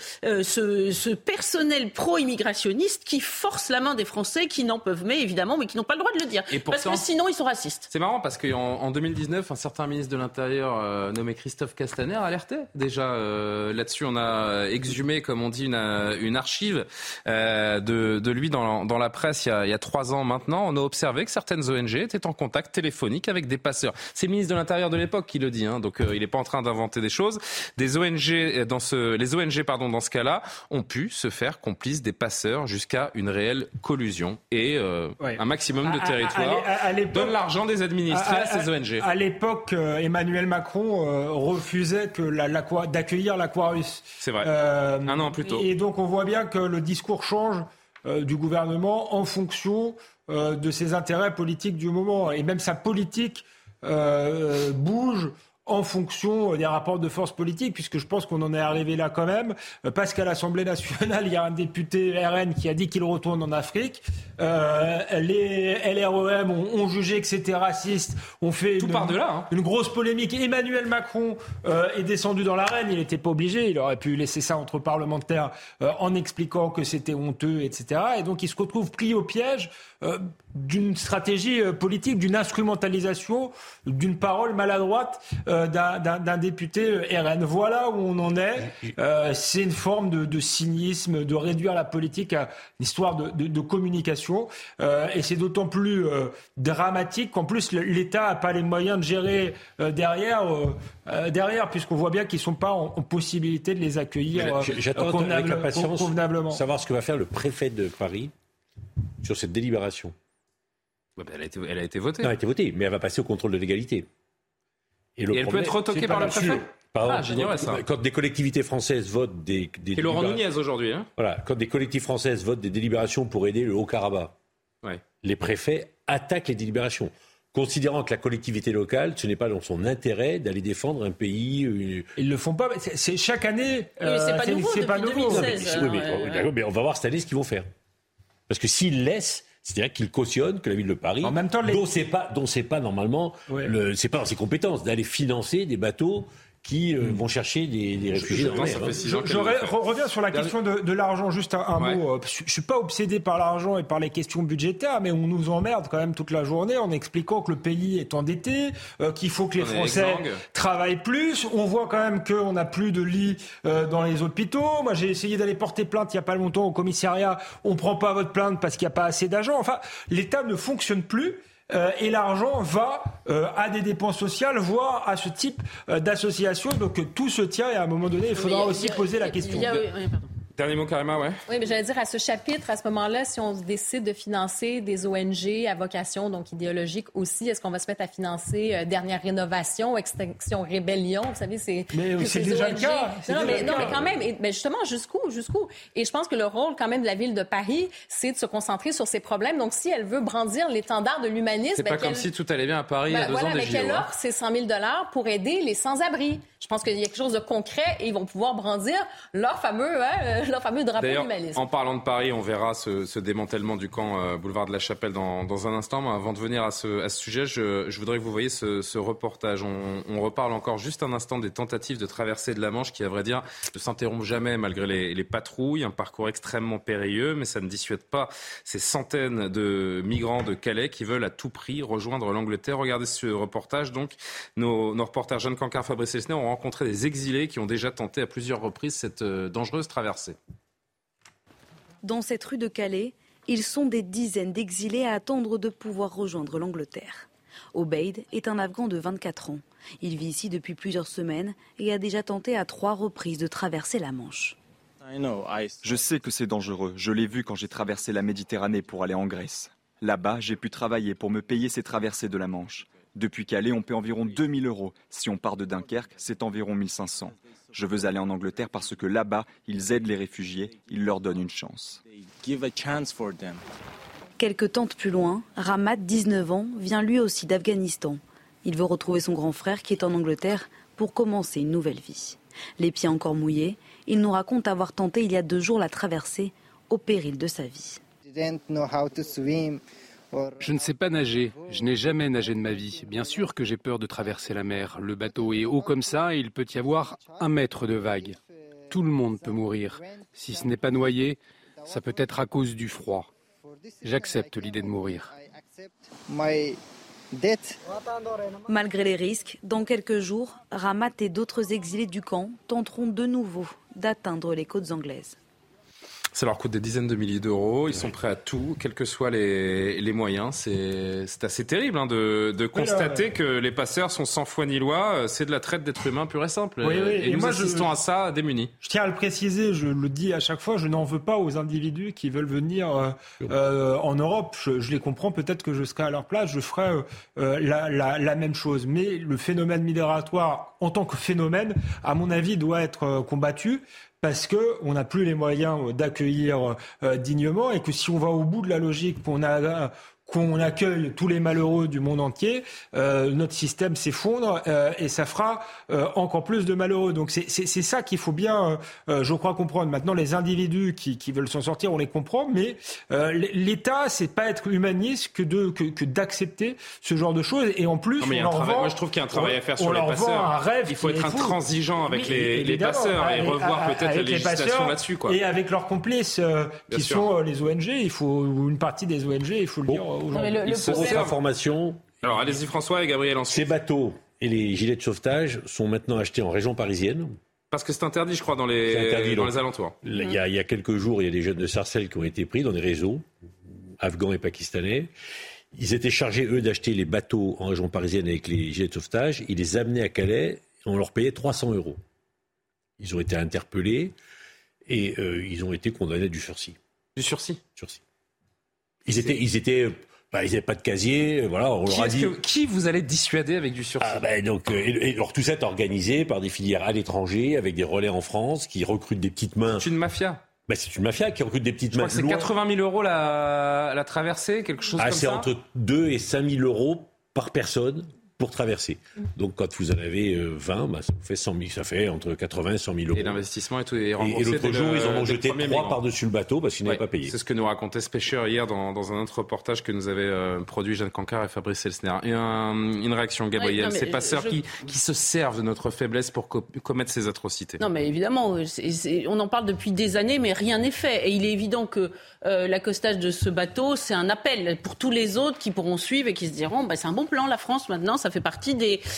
ce personnel pro-immigrationniste qui force la main des Français qui n'en peuvent évidemment, mais qui n'ont pas le droit de le dire. Et pourtant, parce que sinon, ils sont racistes. C'est marrant parce qu'en 2019, un certain ministre de l'Intérieur nommé Christophe Castaner alertait déjà là-dessus. On a exhumé, comme on dit, une archive de lui dans la presse il y a 3 ans maintenant. On a observé que certaines ONG étaient en contact téléphonique avec des passeurs. C'est le ministre de l'Intérieur de l'époque qui le dit, donc il n'est pas en train d'inventer des choses. Les ONG dans ce cas-là ont pu se faire complices des passeurs jusqu'à une réelle collusion et un maximum de territoires donne l'argent des administrés à ces ONG. À l'époque, Emmanuel Macron refusait d'accueillir l'Aquarius. C'est vrai. Un an plus tôt. Et donc on voit bien que le discours change du gouvernement en fonction de ses intérêts politiques du moment. Et même sa politique bouge en fonction des rapports de force politique, puisque je pense qu'on en est arrivé là quand même, parce qu'à l'Assemblée nationale, il y a un député RN qui a dit qu'il retourne en Afrique. Les LREM ont jugé que c'était raciste, ont fait une grosse polémique. Emmanuel Macron est descendu dans l'arène, il n'était pas obligé, il aurait pu laisser ça entre parlementaires en expliquant que c'était honteux, etc. Et donc il se retrouve pris au piège d'une stratégie politique, d'une instrumentalisation, d'une parole maladroite d'un député RN. Voilà où on en est. C'est une forme de cynisme, de réduire la politique à une histoire de communication. Et c'est d'autant plus dramatique qu'en plus l'État n'a pas les moyens de gérer derrière, puisqu'on voit bien qu'ils ne sont pas en possibilité de les accueillir J'attends avec impatience convenablement. Savoir ce que va faire le préfet de Paris sur cette délibération. Ouais, elle a été votée. Non, elle a été votée, mais elle va passer au contrôle de légalité. Et elle peut être retoquée par le préfet. J'ignorais ça. Quand des collectivités françaises votent des et Laurent Nunez aujourd'hui. Voilà, quand des collectivités françaises votent des délibérations pour aider le Haut-Karabakh, les préfets attaquent les délibérations, considérant que la collectivité locale, ce n'est pas dans son intérêt d'aller défendre un pays. Ils le font pas. C'est chaque année. C'est pas nouveau. Mais on va voir cette année ce qu'ils vont faire. Parce que s'ils laissent, c'est-à-dire qu'ils cautionnent que la ville de Paris, en même temps, dont c'est pas normalement, c'est pas dans ses compétences d'aller financer des bateaux qui vont chercher des réfugiés dans la mer. Je reviens sur la question de l'argent, juste un mot. Je ne suis pas obsédé par l'argent et par les questions budgétaires, mais on nous emmerde quand même toute la journée en expliquant que le pays est endetté, qu'il faut que les Français travaillent plus. On voit quand même qu'on n'a plus de lits dans les hôpitaux. Moi, j'ai essayé d'aller porter plainte il n'y a pas longtemps au commissariat. On ne prend pas votre plainte parce qu'il n'y a pas assez d'argent. Enfin, l'État ne fonctionne plus. Et l'argent va à des dépenses sociales, voire à ce type d'association. Donc tout se tient et à un moment donné, il faudra aussi poser la question. Dernier mot, Karima, Oui, mais j'allais dire, à ce chapitre, à ce moment-là, si on décide de financer des ONG à vocation donc idéologique aussi, est-ce qu'on va se mettre à financer Dernière Rénovation, Extinction Rébellion? Vous savez, c'est déjà ONG. le cas. Mais quand même, justement, jusqu'où? Et je pense que le rôle quand même de la Ville de Paris, c'est de se concentrer sur ses problèmes. Donc, si elle veut brandir l'étendard de l'humanisme... C'est pas comme si tout allait bien à Paris il y a 2 ans des JO. Mais qu'elle offre ces 100 000 $ pour aider les sans-abri. Je pense qu'il y a quelque chose de concret et ils vont pouvoir brandir leur fameux drapeau d'humanisme. En parlant de Paris, on verra ce démantèlement du camp boulevard de la Chapelle dans un instant. Mais avant de venir à ce sujet, je voudrais que vous voyez ce reportage. On reparle encore juste un instant des tentatives de traversée de la Manche qui, à vrai dire, ne s'interrompent jamais malgré les patrouilles. Un parcours extrêmement périlleux, mais ça ne dissuade pas ces centaines de migrants de Calais qui veulent à tout prix rejoindre l'Angleterre. Regardez ce reportage. Donc, nos reporters Jeanne Cancard, Fabrice Elsner ont rencontré des exilés qui ont déjà tenté à plusieurs reprises cette dangereuse traversée. Dans cette rue de Calais, ils sont des dizaines d'exilés à attendre de pouvoir rejoindre l'Angleterre. Obeid est un Afghan de 24 ans. Il vit ici depuis plusieurs semaines et a déjà tenté à 3 reprises de traverser la Manche. Je sais que c'est dangereux. Je l'ai vu quand j'ai traversé la Méditerranée pour aller en Grèce. Là-bas, j'ai pu travailler pour me payer ces traversées de la Manche. Depuis Calais, on paie environ 2 000 €. Si on part de Dunkerque, c'est environ 1 500. Je veux aller en Angleterre parce que là-bas, ils aident les réfugiés, ils leur donnent une chance. Quelques tentes plus loin, Ramat, 19 ans, vient lui aussi d'Afghanistan. Il veut retrouver son grand frère qui est en Angleterre pour commencer une nouvelle vie. Les pieds encore mouillés, il nous raconte avoir tenté il y a 2 jours la traversée au péril de sa vie. Je ne sais pas nager, je n'ai jamais nagé de ma vie. Bien sûr que j'ai peur de traverser la mer. Le bateau est haut comme ça et il peut y avoir 1 mètre de vague. Tout le monde peut mourir. Si ce n'est pas noyé, ça peut être à cause du froid. J'accepte l'idée de mourir. Malgré les risques, dans quelques jours, Ramat et d'autres exilés du camp tenteront de nouveau d'atteindre les côtes anglaises. Ça leur coûte des dizaines de milliers d'euros. Ils sont prêts à tout, quels que soient les moyens. C'est assez terrible de constater que les passeurs sont sans foi ni loi. C'est de la traite d'êtres humains pure et simple. Et nous assistons à ça démunis. Je tiens à le préciser, je le dis à chaque fois, je n'en veux pas aux individus qui veulent venir en Europe. Je les comprends, peut-être que je serai à leur place, je ferai la même chose. Mais le phénomène migratoire, en tant que phénomène, à mon avis, doit être combattu. parce qu'on n'a plus les moyens d'accueillir dignement et que si on va au bout de la logique qu'on accueille tous les malheureux du monde entier, notre système s'effondre et ça fera encore plus de malheureux. Donc c'est ça qu'il faut bien, je crois, comprendre. Maintenant, les individus qui veulent s'en sortir, on les comprend, mais l'État, c'est pas être humaniste que d'accepter ce genre de choses. Et en plus, moi je trouve qu'il y a un travail à faire sur les passeurs. Il faut être intransigeant avec les passeurs et revoir peut-être la législation là-dessus, quoi. Et avec leurs complices qui sont les ONG, ou une partie des ONG, il faut le dire. Pour information, alors allez-y François et Gabriel ensuite. Ces bateaux et les gilets de sauvetage sont maintenant achetés en région parisienne. Parce que c'est interdit, je crois, dans les alentours. Il y a quelques jours, il y a des jeunes de Sarcelles qui ont été pris dans des réseaux afghans et pakistanais. Ils étaient chargés, eux, d'acheter les bateaux en région parisienne avec les gilets de sauvetage. Ils les amenaient à Calais, on leur payait 300 €. Ils ont été interpellés et ils ont été condamnés à du sursis. Du sursis ? Sursis. Ils n'avaient pas de casier, voilà, on leur a dit... Qui vous allez dissuader avec du sursis ? Alors tout ça est organisé par des filières à l'étranger, avec des relais en France, qui recrutent des petites mains. C'est une mafia. C'est une mafia qui recrute des petites mains. C'est 80 000 € la traversée, quelque chose comme ça ? C'est entre 2 et 5 000 € par personne pour traverser. Donc quand vous en avez 20, ça fait 100 000, ça fait entre 80 et 100 000 €. Et l'investissement est remboursé. Et l'autre jour, ils en ont jeté 3 par-dessus le bateau parce qu'ils n'avaient pas payé. C'est ce que nous racontait ce pêcheur hier dans un autre reportage que nous avaient produit Jeanne Cancard et Fabrice Elsner. Et une réaction, Gabriel, ces passeurs qui se servent de notre faiblesse pour commettre ces atrocités. Non, mais évidemment, on en parle depuis des années, mais rien n'est fait. Et il est évident que l'accostage de ce bateau, c'est un appel pour tous les autres qui pourront suivre et qui se diront c'est un bon plan, la France, maintenant, ça fait partie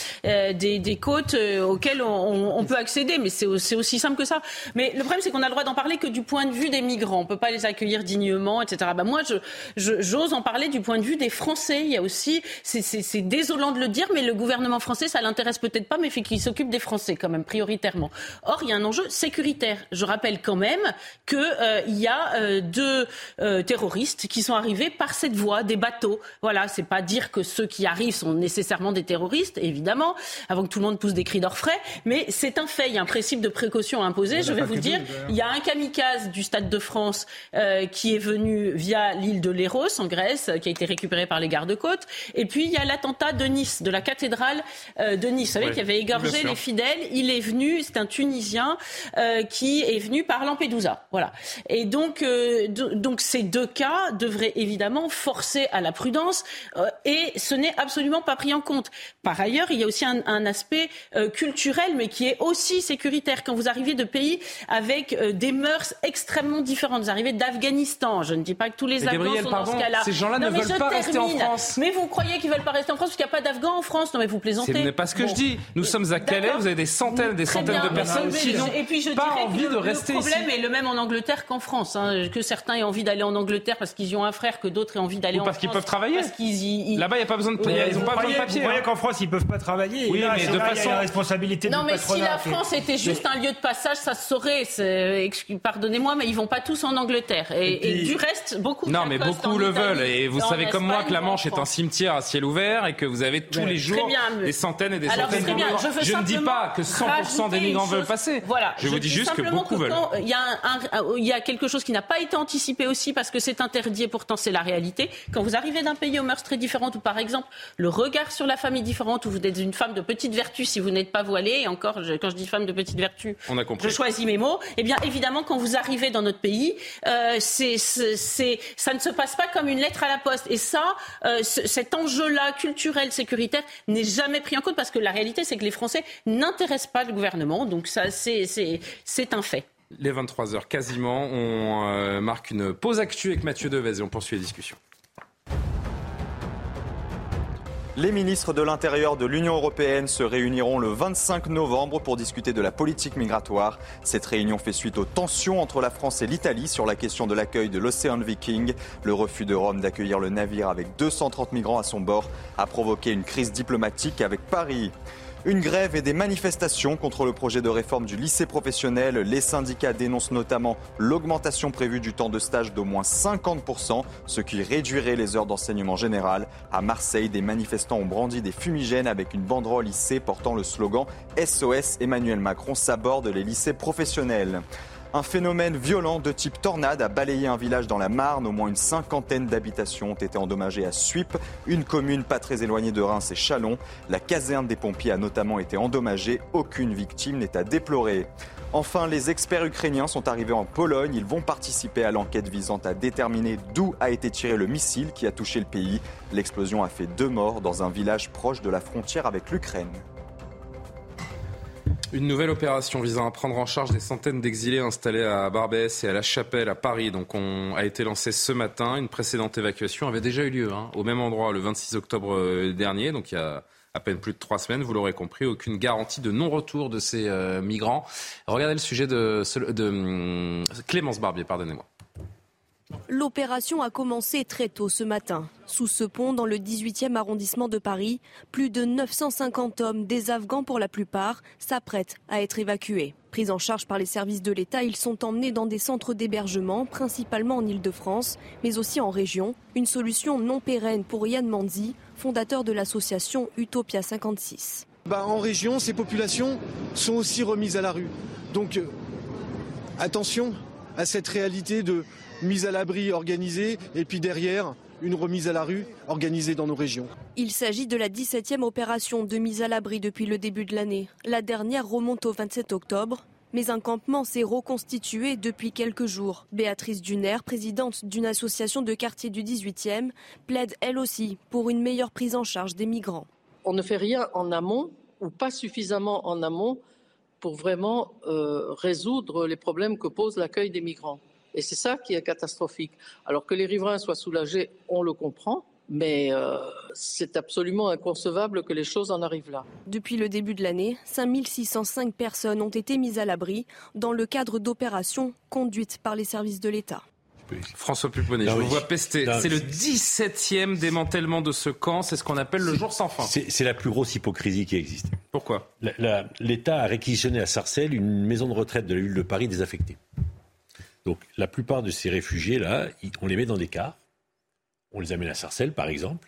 des côtes auxquelles on peut accéder. Mais c'est aussi simple que ça. Mais le problème, c'est qu'on a le droit d'en parler que du point de vue des migrants. On ne peut pas les accueillir dignement, etc. Moi, j'ose en parler du point de vue des Français. Il y a aussi, c'est désolant de le dire, mais le gouvernement français, ça l'intéresse peut-être pas, mais fait qu'il s'occupe des Français quand même, prioritairement. Or, il y a un enjeu sécuritaire. Je rappelle quand même qu'il y a 2 terroristes qui sont arrivés par cette voie, des bateaux. Voilà, c'est pas dire que ceux qui arrivent sont nécessairement des terroristes, évidemment, avant que tout le monde pousse des cris d'orfraie, mais c'est un fait, il y a un principe de précaution à imposer. Je vais vous dire, il y a un kamikaze du Stade de France qui est venu via l'île de Léros, en Grèce, qui a été récupéré par les gardes-côtes, et puis il y a l'attentat de Nice, de la cathédrale de Nice, vous savez, qui avait égorgé les fidèles. Il est venu, c'est un Tunisien qui est venu par Lampedusa, voilà. Et donc ces 2 cas devraient évidemment forcer à la prudence, et ce n'est absolument pas pris en compte. Par ailleurs, il y a aussi un aspect culturel, mais qui est aussi sécuritaire. Quand vous arrivez de pays avec des mœurs extrêmement différentes, vous arrivez d'Afghanistan, je ne dis pas que tous les Afghans sont dans ce cas-là. Ces gens-là ne veulent pas rester en France. Mais vous croyez qu'ils ne veulent pas rester en France parce qu'il n'y a pas d'Afghans en France ? Non, mais vous plaisantez. Ce n'est pas ce que je dis. Nous sommes à Calais, vous avez des centaines de personnes qui n'ont pas envie de rester ici. Le problème est le même en Angleterre qu'en France. Que certains aient envie d'aller en Angleterre parce qu'ils y ont un frère, que d'autres aient envie d'aller en France. Parce qu'ils peuvent travailler. Là-bas, il n'y a pas besoin de ils n'ont pas besoin de papier. Vous voyez qu'en France, ils ne peuvent pas travailler. Oui, là, mais de façon... il y a la responsabilité du patronat. Non, mais si la France était juste un lieu de passage, ça se saurait. Pardonnez-moi, mais ils ne vont pas tous en Angleterre. Et du reste, beaucoup mais beaucoup le veulent. Et vous savez comme moi que la Manche est un cimetière à ciel ouvert et que vous avez tous les jours des centaines et des centaines de migrants. Je ne dis pas que 100% des migrants veulent passer. Voilà. Je vous dis juste que beaucoup veulent. Il y a quelque chose qui n'a pas été anticipé aussi parce que c'est interdit et pourtant c'est la réalité. Quand vous arrivez d'un pays aux mœurs très différentes, ou par exemple le regard sur la famille différente, où vous êtes une femme de petite vertu si vous n'êtes pas voilée, et encore quand je dis femme de petite vertu, je choisis mes mots, eh bien évidemment quand vous arrivez dans notre pays, ça ne se passe pas comme une lettre à la poste. Et ça, cet enjeu-là, culturel, sécuritaire, n'est jamais pris en compte parce que la réalité c'est que les Français n'intéressent pas le gouvernement, donc ça c'est un fait. Les 23h quasiment, on marque une pause actu avec Mathieu Devez et on poursuit la discussion. Les ministres de l'Intérieur de l'Union européenne se réuniront le 25 novembre pour discuter de la politique migratoire. Cette réunion fait suite aux tensions entre la France et l'Italie sur la question de l'accueil de l'Ocean Viking. Le refus de Rome d'accueillir le navire avec 230 migrants à son bord a provoqué une crise diplomatique avec Paris. Une grève et des manifestations contre le projet de réforme du lycée professionnel. Les syndicats dénoncent notamment l'augmentation prévue du temps de stage d'au moins 50%, ce qui réduirait les heures d'enseignement général. À Marseille, des manifestants ont brandi des fumigènes avec une banderole hissée portant le slogan SOS Emmanuel Macron saborde les lycées professionnels. Un phénomène violent de type tornade a balayé un village dans la Marne. Au moins une 50aine d'habitations ont été endommagées à Suippes, une commune pas très éloignée de Reims et Châlons. La caserne des pompiers a notamment été endommagée. Aucune victime n'est à déplorer. Enfin, les experts ukrainiens sont arrivés en Pologne. Ils vont participer à l'enquête visant à déterminer d'où a été tiré le missile qui a touché le pays. L'explosion a fait 2 morts dans un village proche de la frontière avec l'Ukraine. Une nouvelle opération visant à prendre en charge des centaines d'exilés installés à Barbès et à La Chapelle à Paris a été lancée ce matin. Une précédente évacuation avait déjà eu lieu au même endroit le 26 octobre dernier, donc il y a à peine plus de 3 semaines. Vous l'aurez compris, aucune garantie de non-retour de ces migrants. Regardez le sujet de Clémence Barbier, pardonnez-moi. L'opération a commencé très tôt ce matin. Sous ce pont, dans le 18e arrondissement de Paris, plus de 950 hommes, des Afghans pour la plupart, s'apprêtent à être évacués. Pris en charge par les services de l'État, ils sont emmenés dans des centres d'hébergement, principalement en Île-de-France, mais aussi en région. Une solution non pérenne pour Yann Manzi, fondateur de l'association Utopia 56. En région, ces populations sont aussi remises à la rue. Donc attention à cette réalité de mise à l'abri organisée et puis derrière une remise à la rue organisée dans nos régions. Il s'agit de la 17e opération de mise à l'abri depuis le début de l'année. La dernière remonte au 27 octobre, mais un campement s'est reconstitué depuis quelques jours. Béatrice Duner, présidente d'une association de quartier du 18e, plaide elle aussi pour une meilleure prise en charge des migrants. On ne fait rien en amont ou pas suffisamment en amont pour vraiment résoudre les problèmes que pose l'accueil des migrants. Et c'est ça qui est catastrophique. Alors que les riverains soient soulagés, on le comprend, mais c'est absolument inconcevable que les choses en arrivent là. Depuis le début de l'année, 5605 personnes ont été mises à l'abri dans le cadre d'opérations conduites par les services de l'État. François Pupponi, je vous vois pester. C'est le 17e démantèlement de ce camp, c'est ce qu'on appelle le jour sans fin. C'est la plus grosse hypocrisie qui existe. Pourquoi ? L'État a réquisitionné à Sarcelles une maison de retraite de la ville de Paris désaffectée. Donc la plupart de ces réfugiés-là, on les met dans des cars, on les amène à Sarcelles par exemple,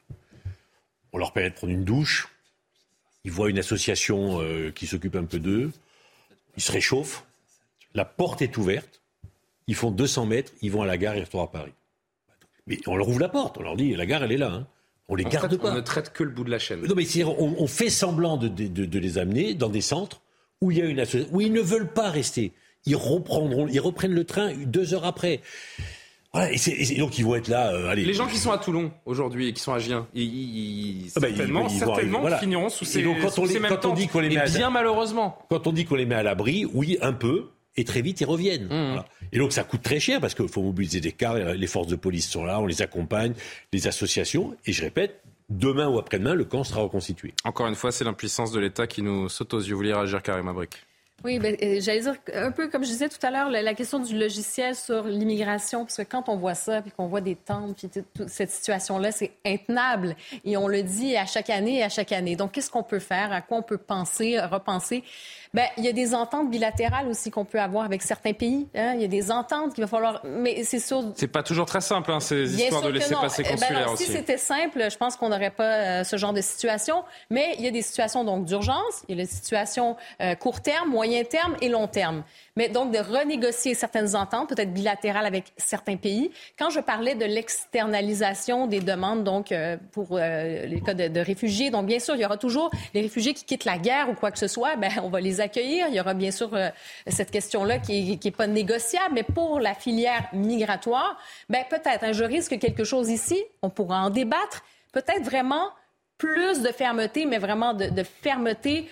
on leur permet de prendre une douche, ils voient une association qui s'occupe un peu d'eux, ils se réchauffent, la porte est ouverte, ils font 200 mètres, ils vont à la gare et ils retournent à Paris. Mais on leur ouvre la porte, on leur dit la gare elle est là, on les garde pas. On ne traite que le bout de la chaîne. Non mais on fait semblant de les amener dans des centres où il y a une association, où ils ne veulent pas rester. Ils reprennent le train 2 heures après. Voilà, et donc ils vont être là. Les gens qui sont à Toulon aujourd'hui et qui sont à Gien, certainement finiront sous ces mêmes tentes. Et bien malheureusement. Quand on dit qu'on les met à l'abri, oui, un peu, et très vite ils reviennent. Voilà. Et donc ça coûte très cher parce qu'il faut mobiliser des cars, les forces de police sont là, on les accompagne, les associations, et je répète, demain ou après-demain, le camp sera reconstitué. Encore une fois, c'est l'impuissance de l'État qui nous saute aux yeux. Vous voulez réagir, Karim Abric ? Oui, j'allais dire un peu comme je disais tout à l'heure, la question du logiciel sur l'immigration, parce que quand on voit ça, puis qu'on voit des tentes, puis toute cette situation-là, c'est intenable. Et on le dit à chaque année. Donc, qu'est-ce qu'on peut faire? À quoi on peut penser, repenser? Il y a des ententes bilatérales aussi qu'on peut avoir avec certains pays. Il y a des ententes qu'il va falloir... Mais c'est sûr... C'est pas toujours très simple, ces histoires de laisser-passer consulaires aussi. Si c'était simple, je pense qu'on n'aurait pas ce genre de situation. Mais il y a des situations donc d'urgence, il y a des situations court terme, moyen terme et long terme. Mais donc de renégocier certaines ententes, peut-être bilatérales avec certains pays. Quand je parlais de l'externalisation des demandes, donc pour les cas de réfugiés, donc bien sûr, il y aura toujours les réfugiés qui quittent la guerre ou quoi que ce soit, on va les accueillir. Il y aura bien sûr cette question-là qui est pas négociable, mais pour la filière migratoire, peut-être, je risque quelque chose ici, on pourra en débattre, peut-être vraiment plus de fermeté, mais vraiment de fermeté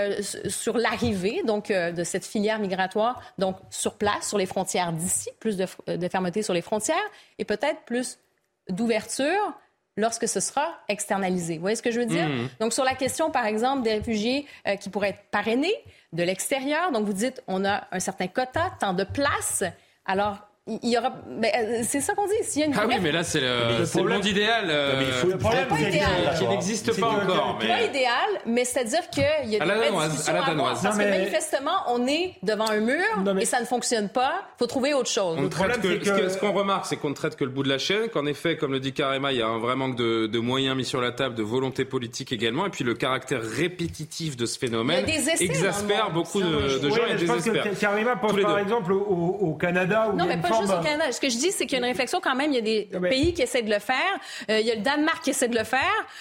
sur l'arrivée donc de cette filière migratoire, donc sur place, sur les frontières d'ici, plus de fermeté sur les frontières et peut-être plus d'ouverture lorsque ce sera externalisé. Vous voyez ce que je veux dire? Donc, sur la question, par exemple, des réfugiés qui pourraient être parrainés de l'extérieur, donc vous dites, on a un certain quota, tant de places. Alors, Il y aura, c'est ça qu'on dit. S'il y a une oui, mais là c'est le monde idéal qui n'existe pas encore. Pas idéal, mais c'est-à-dire qu'il y a des discussions à avoir. Parce que manifestement, on est devant un mur et ça ne fonctionne pas. Il faut trouver autre chose. Ce qu'on remarque, c'est qu'on ne traite que le bout de la chaîne, qu'en effet, comme le dit Karima, il y a un vrai manque de moyens mis sur la table, de volonté politique également, et puis le caractère répétitif de ce phénomène exaspère beaucoup de gens et je pense que Karima pense par exemple au Canada où juste au Canada. Ce que je dis, c'est qu'il y a une réflexion quand même. Il y a des pays qui essaient de le faire. Il y a le Danemark qui essaie de le faire.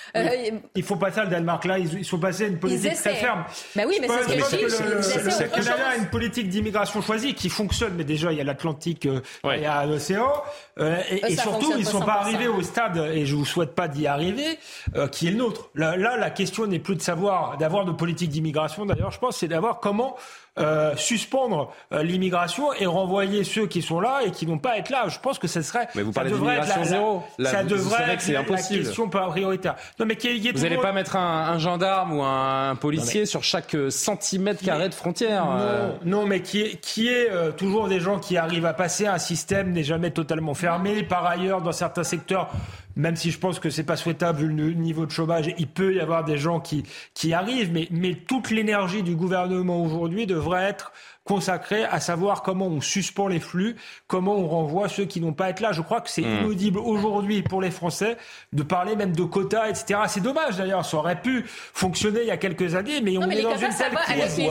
Il faut pas ça, le Danemark. Là, ils sont passés à une politique très ferme. Ben oui, mais c'est ce que je dis. Le Canada a une politique d'immigration choisie qui fonctionne. Mais déjà, il y a l'Atlantique, il y a l'océan. Et surtout, ils ne sont pas arrivés au stade, et je ne vous souhaite pas d'y arriver, qui est le nôtre. Là, la question n'est plus d'avoir de politique d'immigration. D'ailleurs, je pense, c'est d'avoir comment suspendre l'immigration et renvoyer ceux qui sont là et qui n'ont pas à être là. Je pense que ça serait. Mais vous parlez d'immigration zéro. Ça devrait être la question prioritaire. Non, mais vous n'allez pas mettre un gendarme ou un policier sur chaque centimètre carré de frontière. Non, mais qui est toujours des gens qui arrivent à passer. Un système n'est jamais totalement fermé. Par ailleurs, dans certains secteurs, même si je pense que c'est pas souhaitable vu le niveau de chômage, il peut y avoir des gens qui arrivent, mais toute l'énergie du gouvernement aujourd'hui devrait être consacrée à savoir comment on suspend les flux, comment on renvoie ceux qui n'ont pas à être là. Je crois que c'est inaudible aujourd'hui pour les Français de parler même de quotas, etc. C'est dommage d'ailleurs, ça aurait pu fonctionner il y a quelques années, mais on est dans une telle crise.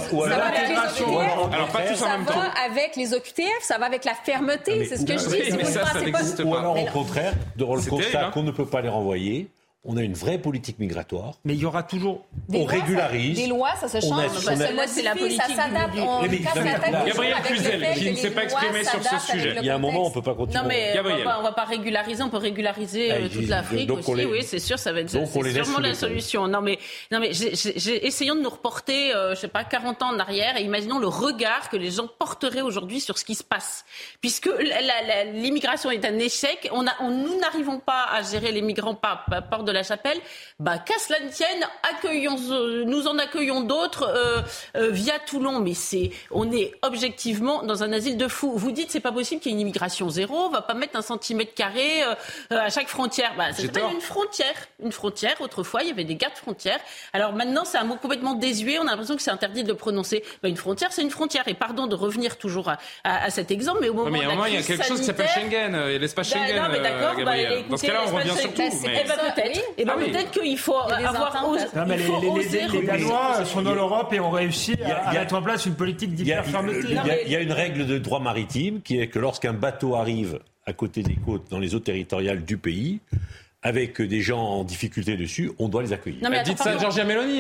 Alors pas tous en même temps. Ça va avec les OQTF, ça va avec la fermeté, c'est ce que je dis. Ou alors au contraire, de le constat qu'on ne peut pas les renvoyer. On a une vraie politique migratoire. Mais il y aura toujours... On régularise. Des lois, ça se change. C'est la politique. Ça s'adapte. Gabriel Cluzel, qui ne s'est pas exprimé sur ce sujet. Il y a un moment, on ne peut pas continuer. Non, mais on ne va pas régulariser. On peut régulariser toute l'Afrique aussi. Oui, c'est sûr, ça va être sûrement la solution. Non, mais essayons de nous reporter, je ne sais pas, 40 ans en arrière et imaginons le regard que les gens porteraient aujourd'hui sur ce qui se passe. Puisque l'immigration est un échec, nous n'arrivons pas à gérer les migrants par porte de la Chapelle, qu'à cela ne tienne, nous en accueillons d'autres via Toulon. Mais on est objectivement dans un asile de fous. Vous dites c'est pas possible qu'il y ait une immigration zéro, on va pas mettre 1 centimètre carré à chaque frontière. Ça s'appelle une frontière. Une frontière, autrefois, il y avait des gardes frontières. Alors maintenant, c'est un mot complètement désuet, on a l'impression que c'est interdit de le prononcer. Une frontière, c'est une frontière. Et pardon de revenir toujours à cet exemple, mais au moment de la crise il y a quelque chose qui s'appelle Schengen, l'espace Schengen. Non, mais d'accord, écoutez, dans ce cas-là, on revient sur tout. Peut-être. Et peut-être qu'il faut avoir osé. Les Danois sont dans l'Europe et ont réussi à mettre en place une politique d'hyper-fermeté. Il y a une règle de droit maritime qui est que lorsqu'un bateau arrive à côté des côtes, dans les eaux territoriales du pays, avec des gens en difficulté dessus, on doit les accueillir. Dites ça à Giorgia Meloni.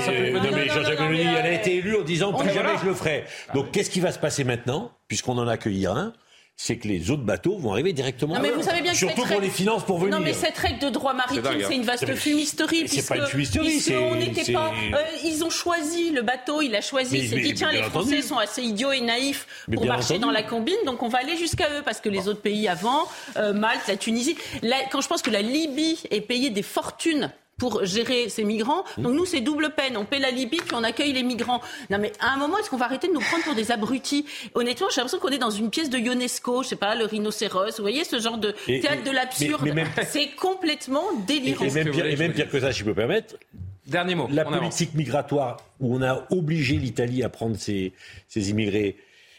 Giorgia Meloni, elle a été élue en disant plus jamais je le ferai. Donc qu'est-ce qui va se passer maintenant, puisqu'on en accueille un ? C'est que les autres bateaux vont arriver directement. Mais vous savez bien que surtout pour les finances pour venir. Non, mais cette règle de droit maritime, c'est une vaste fumisterie. C'est pas une fumisterie. On n'était pas. Ils ont choisi le bateau. Il a choisi. Il s'est dit tiens, les Français sont assez idiots et naïfs pour marcher dans la combine, donc on va aller jusqu'à eux parce que les autres pays avant, Malte, la Tunisie. Quand je pense que la Libye est payée des fortunes pour gérer ces migrants. Donc nous, c'est double peine. On paie la Libye, puis on accueille les migrants. Non mais à un moment, est-ce qu'on va arrêter de nous prendre pour des abrutis ? Honnêtement, j'ai l'impression qu'on est dans une pièce de Ionesco, je sais pas, le rhinocéros. Vous voyez, ce genre de théâtre de l'absurde. C'est complètement délirant. Et même pire que ça, si je peux me permettre. Dernier mot. La politique migratoire, où on a obligé l'Italie à prendre ses immigrés,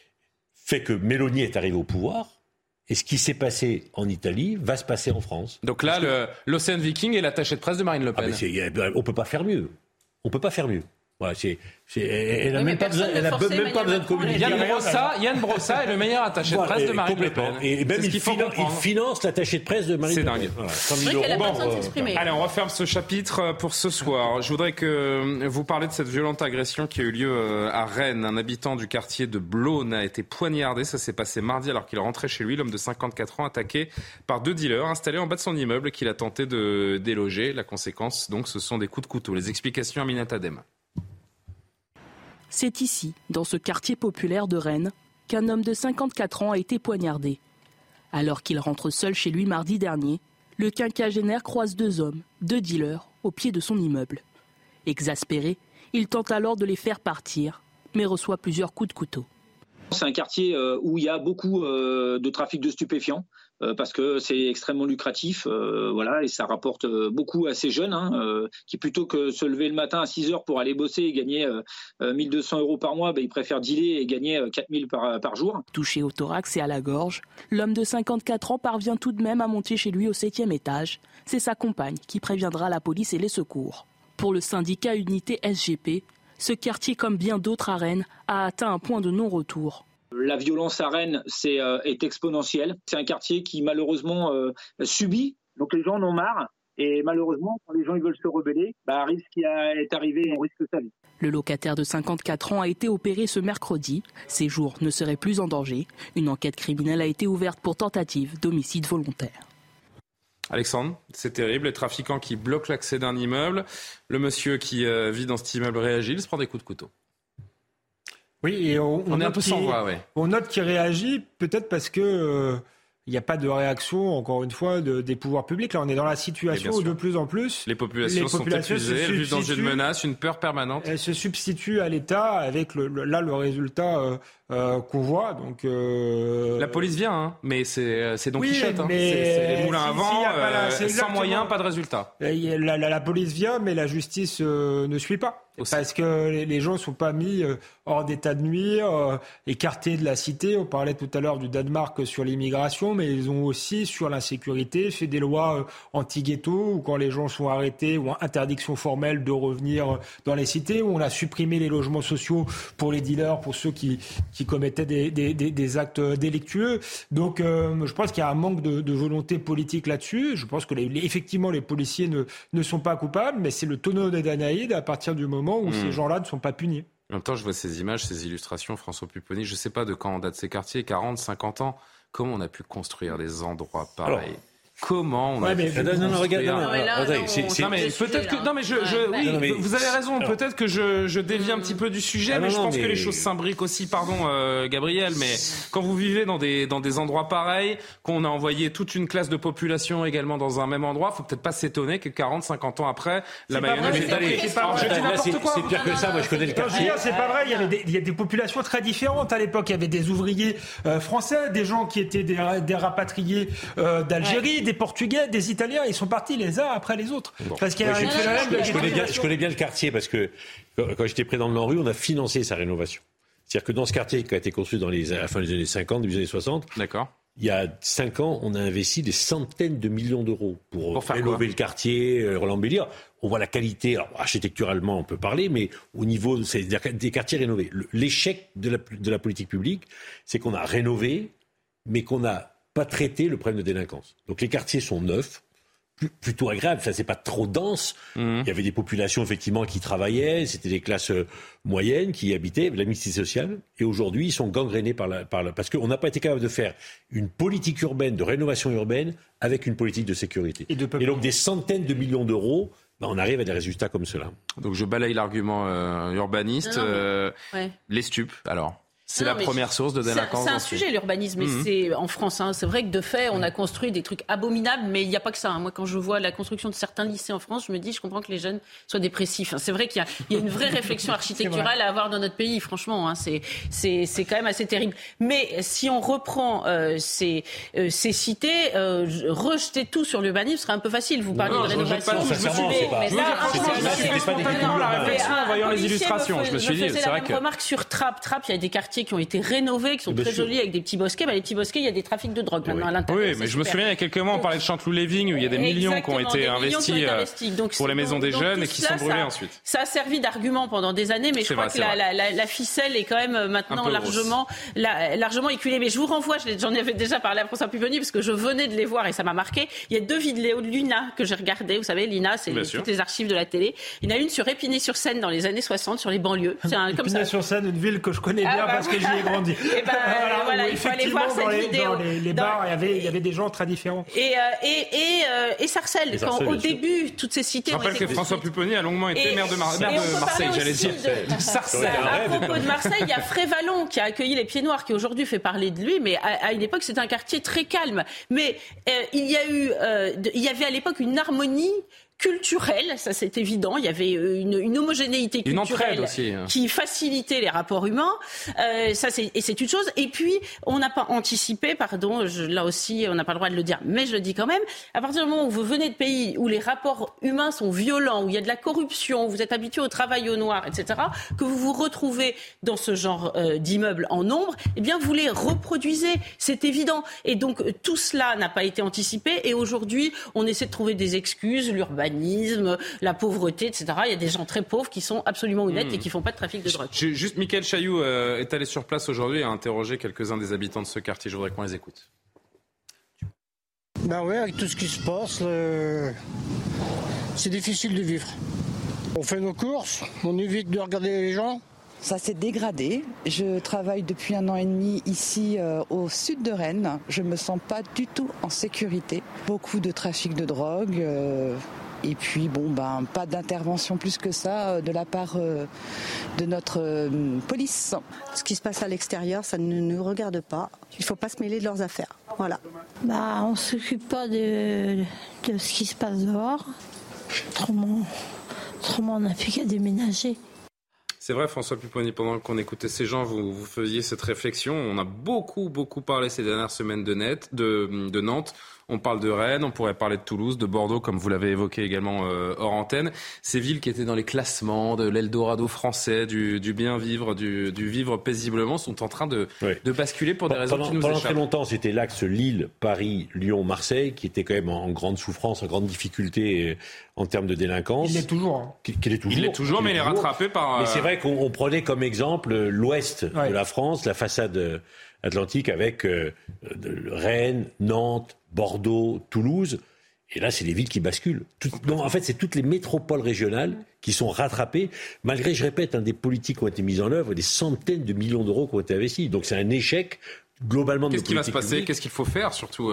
fait que Meloni est arrivée au pouvoir. Et ce qui s'est passé en Italie va se passer en France. Donc là, l'Océan Viking est l'attaché de presse de Marine Le Pen. On ne peut pas faire mieux. On ne peut pas faire mieux. Voilà, elle n'a même pas besoin de communiquer. Yann Brossa est le meilleur attaché de presse de Marine Le Pen. Et même il finance l'attaché de presse de Marine Le Pen. C'est dingue. Allez, on referme ce chapitre pour ce soir. Je voudrais que vous parliez de cette violente agression qui a eu lieu à Rennes. Un habitant du quartier de Blône a été poignardé. Ça s'est passé mardi alors qu'il rentrait chez lui. L'homme de 54 ans attaqué par 2 dealers installés en bas de son immeuble qu'il a tenté de déloger. La conséquence, donc, ce sont des coups de couteau. Les explications, Aminata Dem. C'est ici, dans ce quartier populaire de Rennes, qu'un homme de 54 ans a été poignardé. Alors qu'il rentre seul chez lui mardi dernier, le quinquagénaire croise 2 hommes, 2 dealers, au pied de son immeuble. Exaspéré, il tente alors de les faire partir, mais reçoit plusieurs coups de couteau. C'est un quartier où il y a beaucoup de trafic de stupéfiants. Parce que c'est extrêmement lucratif, et ça rapporte beaucoup à ces jeunes qui, plutôt que se lever le matin à 6 heures pour aller bosser et gagner 1 200 € par mois, ils préfèrent dealer et gagner 4 000 par jour. Touché au thorax et à la gorge, l'homme de 54 ans parvient tout de même à monter chez lui au 7e étage. C'est sa compagne qui préviendra la police et les secours. Pour le syndicat Unité SGP, ce quartier, comme bien d'autres à Rennes, a atteint un point de non-retour. La violence à Rennes est exponentielle. C'est un quartier qui malheureusement subit. Donc les gens en ont marre. Et malheureusement, quand les gens veulent se rebeller, arrive ce qui est arrivé, on risque sa vie. Le locataire de 54 ans a été opéré ce mercredi. Ses jours ne seraient plus en danger. Une enquête criminelle a été ouverte pour tentative d'homicide volontaire. Alexandre, c'est terrible. Les trafiquants qui bloquent l'accès d'un immeuble. Le monsieur qui vit dans cet immeuble réagit, il se prend des coups de couteau. Oui, et on est un peu sans voix, oui. On note qu'il réagit peut-être parce que il n'y a pas de réaction, encore une fois, des pouvoirs publics. Là, on est dans la situation où de plus en plus les populations sont épuisées, elles vivent dans une menace, une peur permanente. Elles se substituent à l'État avec le résultat qu'on voit. Donc la police vient, mais c'est Don Quichotte. C'est les moulins à vent, sans moyens, pas de résultat. La police vient, mais la justice ne suit pas. Parce que les gens ne sont pas mis hors d'état de nuire, écartés de la cité. On parlait tout à l'heure du Danemark sur l'immigration, mais ils ont aussi, sur l'insécurité, fait des lois anti-ghetto, où quand les gens sont arrêtés, ou interdiction formelle de revenir dans les cités, où on a supprimé les logements sociaux pour les dealers, pour ceux qui commettaient des actes délictueux. Donc je pense qu'il y a un manque de volonté politique là-dessus. Je pense que effectivement les policiers ne sont pas coupables, mais c'est le tonneau des Danaïdes à partir du moment où ces gens-là ne sont pas punis. En même temps, je vois ces images, ces illustrations, François Pupponi, je ne sais pas de quand on date ces quartiers, 40, 50 ans, comment on a pu construire des endroits pareils ? Comment on a pu vous avez raison, peut-être que je dévie un petit peu du sujet, mais je pense que les choses s'imbriquent aussi, Gabriel, mais quand vous vivez dans des endroits pareils, qu'on a envoyé toute une classe de population également dans un même endroit, faut peut-être pas s'étonner que 40, 50 ans après, la mayonnaise est allée. C'est pire que ça, moi je connais le quartier. C'est pas vrai, il y a des populations très différentes à l'époque. Il y avait des ouvriers français, des gens qui étaient des rapatriés d'Algérie, des Portugais, des Italiens, ils sont partis les uns après les autres. Parce qu'il y a je connais bien le quartier parce que quand j'étais président de l'ANRU, on a financé sa rénovation. C'est-à-dire que dans ce quartier qui a été construit à la fin des années 50, début des années 60, il y a 5 ans, on a investi des centaines de millions d'euros pour rénover le quartier, l'embellir. On voit la qualité, alors architecturalement on peut parler, mais au niveau des quartiers rénovés. L'échec de la politique publique, c'est qu'on a rénové, mais qu'on n'a pas traité le problème de délinquance. Donc les quartiers sont neufs, plutôt agréables, ça c'est pas trop dense. Il y avait des populations effectivement qui travaillaient, c'était des classes moyennes qui y habitaient, la mixité sociale, et aujourd'hui ils sont gangrénés parce qu'on n'a pas été capable de faire une politique urbaine, de rénovation urbaine, avec une politique de sécurité. Et donc des centaines de millions d'euros, on arrive à des résultats comme cela. Donc je balaye l'argument urbaniste. Les stupes, alors c'est la première source de délinquance. C'est un sujet, l'urbanisme. Et c'est en France. C'est vrai que de fait, on a construit des trucs abominables, mais il n'y a pas que ça. Moi, quand je vois la construction de certains lycées en France, je me dis, je comprends que les jeunes soient dépressifs. C'est vrai qu'il y a une vraie réflexion architecturale à avoir dans notre pays. Franchement, c'est quand même assez terrible. Mais si on reprend ces cités, rejeter tout sur l'urbanisme serait un peu facile. Vous parlez de rénovation. Je me suis spontanément la réflexion en voyant les illustrations. Je me suis dit, c'est vrai que. Remarque sur Trappes, il y a des quartiers qui ont été rénovés, qui sont très jolis avec des petits bosquets. Les petits bosquets, il y a des trafics de drogue maintenant à l'intérieur. Oui, mais je me souviens il y a quelques mois, on parlait de Chanteloup-Léving où il y a des millions qui ont été investis pour les maisons des jeunes et qui sont brûlés ensuite. Ça a servi d'argument pendant des années, mais je crois que la ficelle est quand même maintenant largement éculée. Mais je vous renvoie, j'en avais déjà parlé à François Pupponi parce que je venais de les voir et ça m'a marqué. Il y a 2 vidéos de l'INA que j'ai regardées. Vous savez, l'INA, c'est toutes les archives de la télé. Il y en a une sur Épinay-sur-Seine dans les années 60, sur les banlieues. Épinay-sur-Seine, une ville que je connais bien parce que j'y ai grandi. Et voilà, il faut aller voir cette vidéo. Dans les bars, il y avait des gens très différents. Et Sarcelles, quand au début, toutes ces cités. Je rappelle que François Pupponi a longuement été maire de Marseille, j'allais dire. Sarcelles. À propos de Marseille, il y a Frévalon qui a accueilli les Pieds Noirs, qui aujourd'hui fait parler de lui, mais à une époque, c'était un quartier très calme. Mais il y avait à l'époque une harmonie culturelle, ça c'est évident. Il y avait une homogénéité culturelle aussi, hein, qui facilitait les rapports humains. Ça c'est une chose. Et puis on n'a pas anticipé, là aussi on n'a pas le droit de le dire, mais je le dis quand même. À partir du moment où vous venez de pays où les rapports humains sont violents, où il y a de la corruption, où vous êtes habitué au travail au noir, etc., que vous vous retrouvez dans ce genre d'immeubles en nombre, eh bien vous les reproduisez. C'est évident. Et donc tout cela n'a pas été anticipé. Et aujourd'hui, on essaie de trouver des excuses, l'urbanisme, la pauvreté, etc. Il y a des gens très pauvres qui sont absolument honnêtes et qui ne font pas de trafic de drogue. Juste, Mickaël Chailloux est allé sur place aujourd'hui et a interrogé quelques-uns des habitants de ce quartier. Je voudrais qu'on les écoute. Ben oui, avec tout ce qui se passe, c'est difficile de vivre. On fait nos courses, on évite de regarder les gens. Ça s'est dégradé. Je travaille depuis 1 an et demi ici au sud de Rennes. Je ne me sens pas du tout en sécurité. Beaucoup de trafic de drogue. Et puis, pas d'intervention plus que ça de la part de notre police. Ce qui se passe à l'extérieur, ça ne nous regarde pas. Il ne faut pas se mêler de leurs affaires. Voilà. On ne s'occupe pas de ce qui se passe dehors. Autrement, on n'a plus qu'à déménager. C'est vrai, François Pupponi, pendant qu'on écoutait ces gens, vous faisiez cette réflexion. On a beaucoup parlé ces dernières semaines de Nantes. On parle de Rennes, on pourrait parler de Toulouse, de Bordeaux, comme vous l'avez évoqué également hors antenne. Ces villes qui étaient dans les classements de l'Eldorado français, du bien vivre, du vivre paisiblement, sont en train de basculer pour des raisons qui nous échappent. Pendant très longtemps, c'était l'axe Lille, Paris, Lyon, Marseille, qui était quand même en grande souffrance, en grande difficulté en termes de délinquance. Il l'est toujours. Il l'est toujours, mais il est rattrapé par... Mais c'est vrai qu'on prenait comme exemple l'ouest de la France, la façade atlantique avec Rennes, Nantes, Bordeaux, Toulouse. Et là, c'est des villes qui basculent. En fait, c'est toutes les métropoles régionales qui sont rattrapées, malgré, je répète, des politiques qui ont été mises en œuvre, des centaines de millions d'euros qui ont été investis. Donc c'est un échec globalement de nos politiques. Qu'est-ce qui va se passer publiques. Qu'est-ce qu'il faut faire, surtout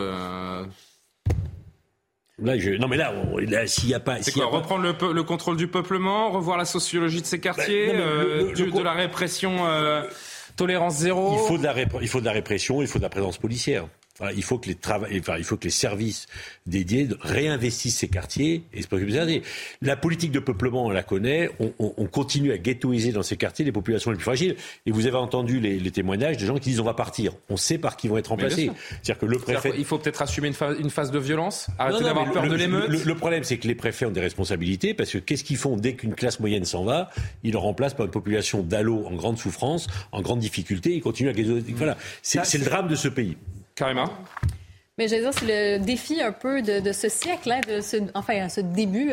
Là, s'il n'y a pas... reprendre le contrôle du peuplement, revoir la sociologie de ces quartiers, de la répression... Tolérance zéro. Il faut de la répression, il faut de la présence policière. Enfin, il faut que les services dédiés réinvestissent ces quartiers et se préoccupent de ça. La politique de peuplement, on la connaît. On continue à ghettoiser dans ces quartiers les populations les plus fragiles. Et vous avez entendu les témoignages de gens qui disent on va partir. On sait par qui vont être remplacés. C'est-à-dire que le préfet. Il faut peut-être assumer une phase de violence. Arrêter d'avoir peur de l'émeute. Le problème, c'est que les préfets ont des responsabilités parce que qu'est-ce qu'ils font dès qu'une classe moyenne s'en va? Ils le remplacent par une population d'alots en grande souffrance, en grande difficulté. Ils continuent à ghettoiser. Voilà. C'est le drame de ce pays. Carrément. Mais je veux dire, c'est le défi un peu de ce siècle, ce début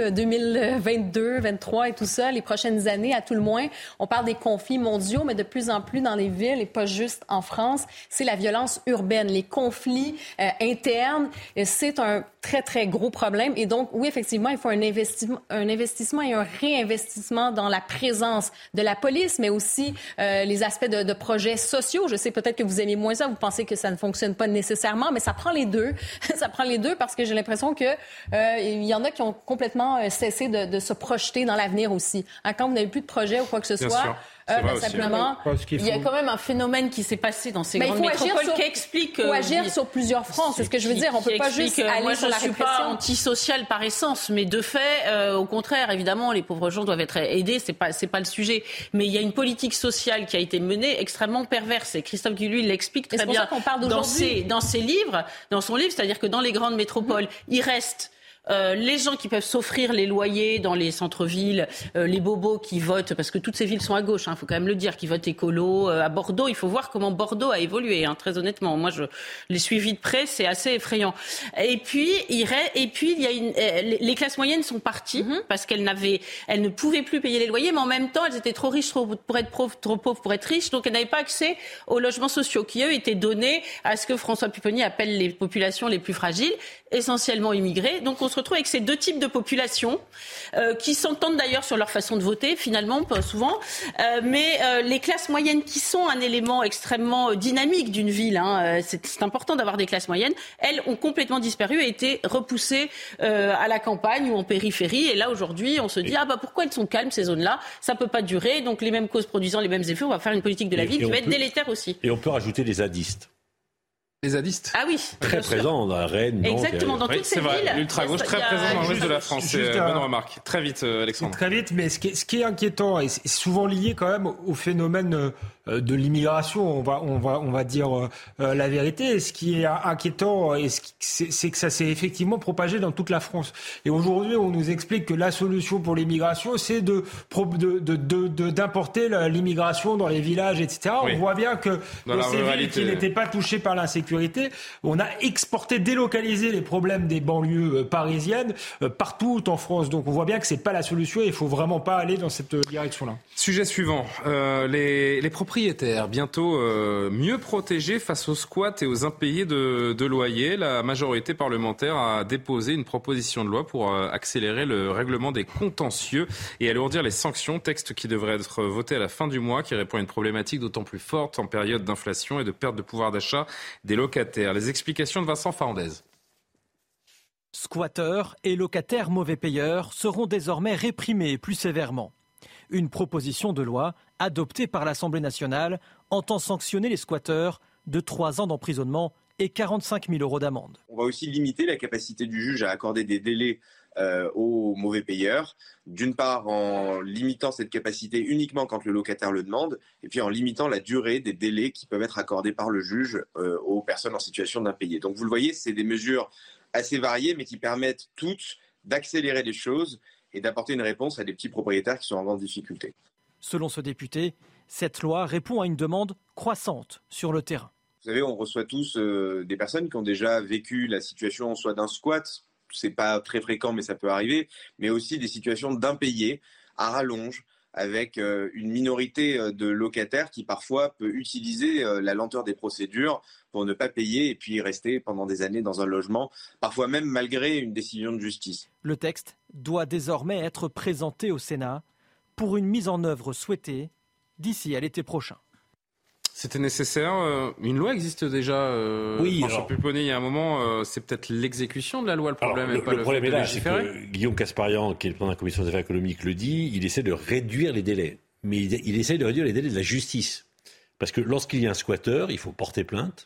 2022, 2023 et tout ça, les prochaines années à tout le moins. On parle des conflits mondiaux, mais de plus en plus dans les villes et pas juste en France. C'est la violence urbaine, les conflits internes. C'est un très, très gros problème. Et donc, oui, effectivement, il faut un investissement et un réinvestissement dans la présence de la police, mais aussi les aspects de projets sociaux. Je sais peut-être que vous aimez moins ça, vous pensez que ça ne fonctionne pas nécessairement, mais ça prend les deux. Ça prend les deux parce que j'ai l'impression que il y en a qui ont complètement cessé de se projeter dans l'avenir aussi. Quand vous n'avez plus de projet ou quoi que ce soit, simplement, il y a quand même un phénomène qui s'est passé dans ces grandes métropoles qui explique... Il faut agir sur plusieurs fronts, c'est ce que je veux dire. On ne peut pas juste aller sur la répression. Moi, je ne suis pas antisociale par essence, mais de fait, au contraire, évidemment, les pauvres gens doivent être aidés, c'est pas le sujet. Mais il y a une politique sociale qui a été menée extrêmement perverse. Et Christophe Guilluy l'explique très bien dans ses livres, dans son livre, c'est-à-dire que dans les grandes métropoles, il reste... les gens qui peuvent s'offrir les loyers dans les centres-villes, les bobos qui votent, parce que toutes ces villes sont à gauche, faut quand même le dire, qui votent écolo. À Bordeaux, il faut voir comment Bordeaux a évolué, très honnêtement. Moi, je l'ai suivi de près, c'est assez effrayant. Et puis, il y a les classes moyennes sont parties parce elles ne pouvaient plus payer les loyers, mais en même temps, elles étaient trop riches pour être pauvres, trop pauvres pour être riches, donc elles n'avaient pas accès aux logements sociaux qui, eux, étaient donnés à ce que François Pupponi appelle les populations les plus fragiles, essentiellement immigrées. Donc, on se retrouve avec ces deux types de populations qui s'entendent d'ailleurs sur leur façon de voter, finalement, pas souvent. Mais les classes moyennes qui sont un élément extrêmement dynamique d'une ville, c'est important d'avoir des classes moyennes, elles ont complètement disparu et été repoussées à la campagne ou en périphérie. Et là, aujourd'hui, on se dit, pourquoi elles sont calmes, ces zones-là? Ça peut pas durer. Donc, les mêmes causes produisant les mêmes effets, on va faire une politique de la ville qui va être délétère aussi. Et on peut rajouter les zadistes. Les zadistes. Ah oui. Très présent dans Rennes, Nantes. Exactement, dans toutes ces villes. L'ultra-gauche très présent dans l'ouest de la France. C'est bonne remarque. Très vite, Alexandre. Très vite, mais ce qui est inquiétant, et c'est souvent lié quand même au phénomène de l'immigration, on va dire la vérité. Et ce qui est inquiétant, c'est que ça s'est effectivement propagé dans toute la France. Et aujourd'hui, on nous explique que la solution pour l'immigration, c'est d'importer l'immigration dans les villages, etc. Oui. On voit bien que dans ces villes qui n'étaient pas touchées par l'insécurité, on a exporté, délocalisé les problèmes des banlieues parisiennes partout en France. Donc on voit bien que c'est pas la solution et il faut vraiment pas aller dans cette direction-là. Sujet suivant, les propriétaires bientôt mieux protégés face aux squats et aux impayés de loyers. La majorité parlementaire a déposé une proposition de loi pour accélérer le règlement des contentieux et alourdir les sanctions, texte qui devrait être voté à la fin du mois, qui répond à une problématique d'autant plus forte en période d'inflation et de perte de pouvoir d'achat des locataires. Les explications de Vincent Farandez. Squatteurs et locataires mauvais payeurs seront désormais réprimés plus sévèrement. Une proposition de loi adoptée par l'Assemblée nationale entend sanctionner les squatteurs de 3 ans d'emprisonnement et 45 000 € d'amende. On va aussi limiter la capacité du juge à accorder des délais aux mauvais payeurs, d'une part en limitant cette capacité uniquement quand le locataire le demande, et puis en limitant la durée des délais qui peuvent être accordés par le juge aux personnes en situation d'impayé. Donc vous le voyez, c'est des mesures assez variées, mais qui permettent toutes d'accélérer les choses et d'apporter une réponse à des petits propriétaires qui sont en grande difficulté. Selon ce député, cette loi répond à une demande croissante sur le terrain. Vous savez, on reçoit tous des personnes qui ont déjà vécu la situation soit d'un squat, c'est pas très fréquent mais ça peut arriver, mais aussi des situations d'impayés à rallonge avec une minorité de locataires qui parfois peut utiliser la lenteur des procédures pour ne pas payer et puis rester pendant des années dans un logement, parfois même malgré une décision de justice. Le texte doit désormais être présenté au Sénat pour une mise en œuvre souhaitée d'ici à l'été prochain. C'était nécessaire. Une loi existe déjà. Oui, François Pupponi, il y a un moment, c'est peut-être l'exécution de la loi le problème. Alors, le problème est là, c'est que Guillaume Casparian, qui est le président de la commission des affaires économiques, le dit, il essaie de réduire les délais. Mais il essaie de réduire les délais de la justice. Parce que lorsqu'il y a un squatteur, il faut porter plainte.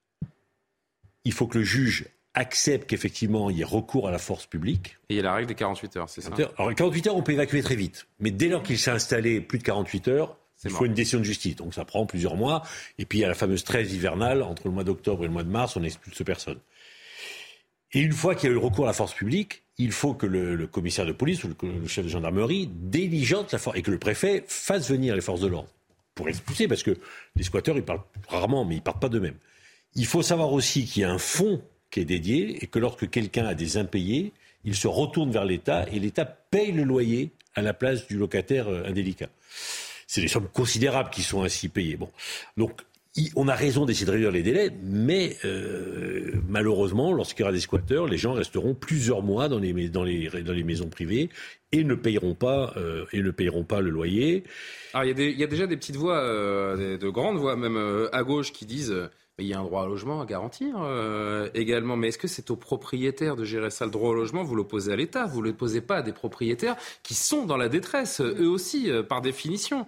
Il faut que le juge accepte qu'effectivement il y ait recours à la force publique. Et il y a la règle des 48 heures, c'est ça ? Alors 48 heures, on peut évacuer très vite. Mais dès lors qu'il s'est installé plus de 48 heures, il faut une décision de justice. Donc ça prend plusieurs mois. Et puis il y a la fameuse trêve hivernale. Entre le mois d'octobre et le mois de mars, on n'expulse personne. Et une fois qu'il y a eu le recours à la force publique, il faut que le commissaire de police ou le chef de gendarmerie diligente la force et que le préfet fasse venir les forces de l'ordre pour expulser. Parce que les squatteurs, ils parlent rarement, mais ils partent pas d'eux-mêmes. Il faut savoir aussi qu'il y a un fonds qui est dédié et que lorsque quelqu'un a des impayés, il se retourne vers l'État et l'État paye le loyer à la place du locataire indélicat. C'est des sommes considérables qui sont ainsi payées. Bon. Donc, on a raison d'essayer de réduire les délais, mais malheureusement, lorsqu'il y aura des squatteurs, les gens resteront plusieurs mois dans les maisons privées et ne payeront pas le loyer. Alors, il y a déjà des petites voix, de grandes voix même à gauche qui disent il y a un droit au logement à garantir également. Mais est-ce que c'est aux propriétaires de gérer ça, le droit au logement? Vous l'opposez à l'État, vous ne l'opposez pas à des propriétaires qui sont dans la détresse, eux aussi, par définition.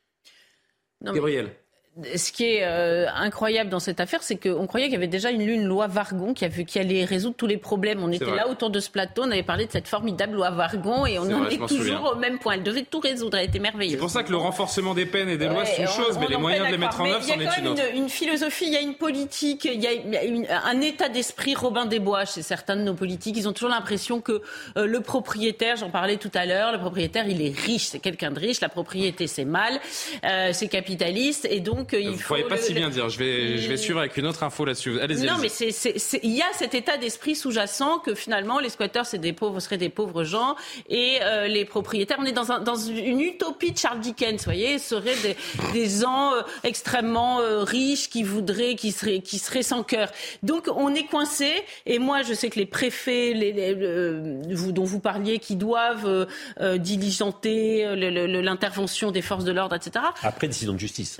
Gabriel. Ce qui est incroyable dans cette affaire, c'est qu'on croyait qu'il y avait déjà une loi Wargon qui allait résoudre tous les problèmes. On était là autour de ce plateau, on avait parlé de cette formidable loi Wargon et on en est toujours au même point. Elle devait tout résoudre, elle était merveilleuse. C'est pour ça que le renforcement des peines et des lois, c'est une chose, mais les moyens de les mettre en œuvre, c'en est une autre. Il y a quand même une philosophie, il y a une politique, il y a un état d'esprit Robin des Bois chez certains de nos politiques. Ils ont toujours l'impression que le propriétaire, j'en parlais tout à l'heure, le propriétaire, il est riche, c'est quelqu'un de riche, la propriété, c'est mal, c'est capitaliste et donc vous ne pourriez pas si bien dire. Je vais suivre avec une autre info là-dessus. Allez-y. Non, mais il y a cet état d'esprit sous-jacent que finalement les squatteurs seraient des pauvres gens et les propriétaires. On est dans une utopie de Charles Dickens, vous voyez, seraient des gens extrêmement riches qui seraient sans cœur. Donc on est coincé. Et moi, je sais que les préfets, dont vous parliez, qui doivent diligenter l'intervention des forces de l'ordre, etc. Après décision de justice. Oui, après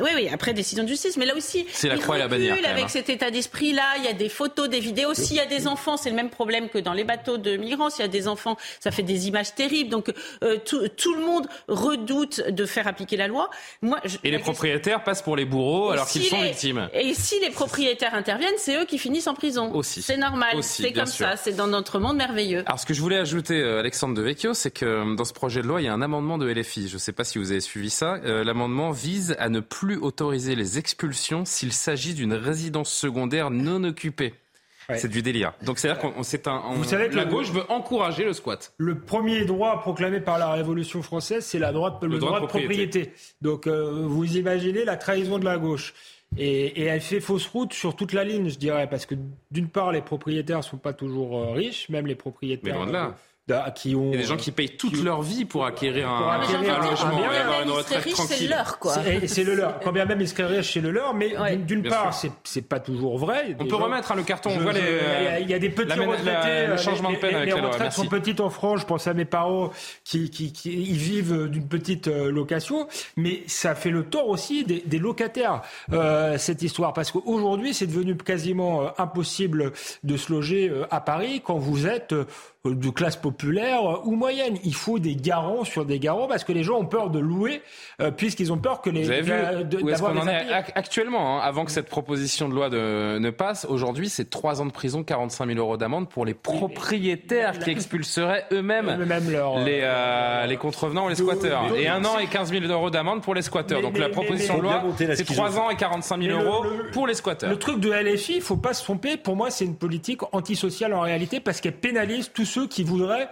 vraie décision de justice. Mais là aussi, c'est la croix et la bannière. Avec cet état d'esprit-là, il y a des photos, des vidéos. S'il y a des enfants, c'est le même problème que dans les bateaux de migrants. S'il y a des enfants, ça fait des images terribles. Donc tout le monde redoute de faire appliquer la loi. Et les propriétaires passent pour les bourreaux alors qu'ils sont victimes. Et si les propriétaires interviennent, c'est eux qui finissent en prison. Aussi. C'est normal, c'est comme ça, c'est dans notre monde merveilleux. Alors ce que je voulais ajouter, Alexandre Devecchio, c'est que dans ce projet de loi, il y a un amendement de LFI. Je ne sais pas si vous avez suivi ça. L'amendement vise à ne plus autoriser les expulsions s'il s'agit d'une résidence secondaire non occupée. Ouais. C'est du délire. Donc c'est-à-dire que la gauche veut encourager le squat. Le premier droit proclamé par la Révolution française, c'est le droit de propriété. Donc vous imaginez la trahison de la gauche. Et elle fait fausse route sur toute la ligne, je dirais, parce que d'une part, les propriétaires ne sont pas toujours riches, même les propriétaires. Mais loin de là. Qui ont, il y a des gens qui payent toute leur vie pour acquérir un logement et avoir une retraite tranquille. C'est leur, quoi. C'est le leur. Quand bien même ils seraient riches, c'est le leur, mais d'une part, c'est pas toujours vrai. On peut remettre le carton. Il y a des petits retraités. Le changement de peine avec les retraites sont petites en France. Je pense à mes parents qui ils vivent d'une petite location, mais ça fait le tort aussi des locataires, cette histoire, parce qu'aujourd'hui, c'est devenu quasiment impossible de se loger à Paris quand vous êtes de classe populaire ou moyenne. Il faut des garants sur des garants parce que les gens ont peur de louer puisqu'ils ont peur que les... Vous avez vu où est-ce qu'on en est actuellement, avant que cette proposition de loi ne passe? Aujourd'hui, c'est 3 ans de prison, 45 000 euros d'amende pour les propriétaires qui expulseraient eux-mêmes les contrevenants ou les squatteurs. Et 1 an et 15 000 euros d'amende pour les squatteurs. Donc la proposition de loi, c'est 3 ans et 45 000 euros pour les squatteurs. Le truc de LFI, il ne faut pas se tromper. Pour moi, c'est une politique antisociale en réalité parce qu'elle pénalise tous ceux qui voudraient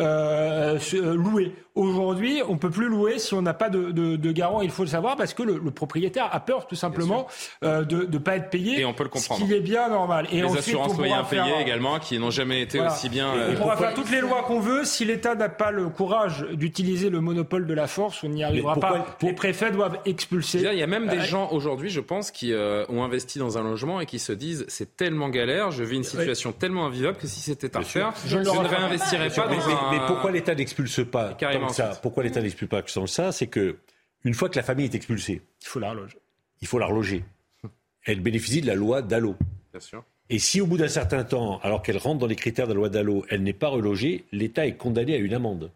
louer. Aujourd'hui, on ne peut plus louer si on n'a pas de garant, il faut le savoir, parce que le propriétaire a peur tout simplement de ne pas être payé. Et on peut le comprendre. Ce qui est bien normal. Et les ensuite, assurances loyers impayés également, qui n'ont jamais été aussi bien... On pourra faire toutes les lois qu'on veut. Si l'État n'a pas le courage d'utiliser le monopole de la force, on n'y arrivera pas. Les préfets doivent expulser. Il y a même des gens aujourd'hui, je pense, qui ont investi dans un logement et qui se disent c'est tellement galère, je vis une situation tellement invivable que si c'était à refaire, je ne réinvestirais pas dans un... Mais pourquoi l'État n'expulse pas tant que ça? Pourquoi l'État n'expulse pas tant que ça? C'est que une fois que la famille est expulsée, il faut la reloger. Il faut la reloger. Elle bénéficie de la loi Dallot. Bien sûr. Et si au bout d'un certain temps, alors qu'elle rentre dans les critères de la loi Dallot, elle n'est pas relogée, l'État est condamné à une amende.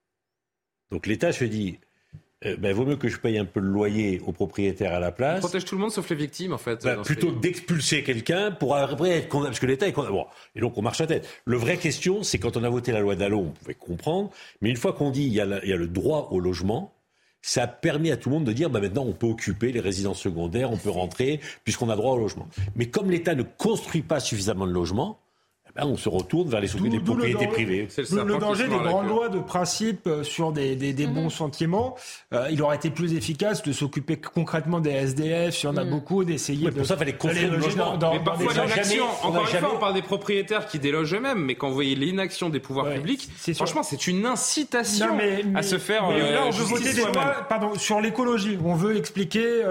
Donc l'État se dit... vaut mieux que je paye un peu le loyer aux propriétaires à la place. On protège tout le monde sauf les victimes, en fait. Plutôt que d'expulser quelqu'un pour après être condamné, parce que l'État est condamné. Bon, et donc on marche à tête. Le vraie question, c'est quand on a voté la loi Dallot, on pouvait comprendre, mais une fois qu'on dit il y a le droit au logement, ça a permis à tout le monde de dire maintenant on peut occuper les résidences secondaires, on peut rentrer, puisqu'on a droit au logement. Mais comme l'État ne construit pas suffisamment de logements, on se retourne vers les propriétés privées. Le danger des grandes lois de principe sur des bons sentiments, il aurait été plus efficace de s'occuper concrètement des SDF, si on a beaucoup, d'essayer pour ça, il fallait construire le logement. Mais parfois, l'inaction, encore une fois, on parle des propriétaires qui délogent eux-mêmes, mais quand vous voyez l'inaction des pouvoirs publics, franchement, c'est une incitation à se faire là, on veut voter des lois sur l'écologie. On veut expliquer,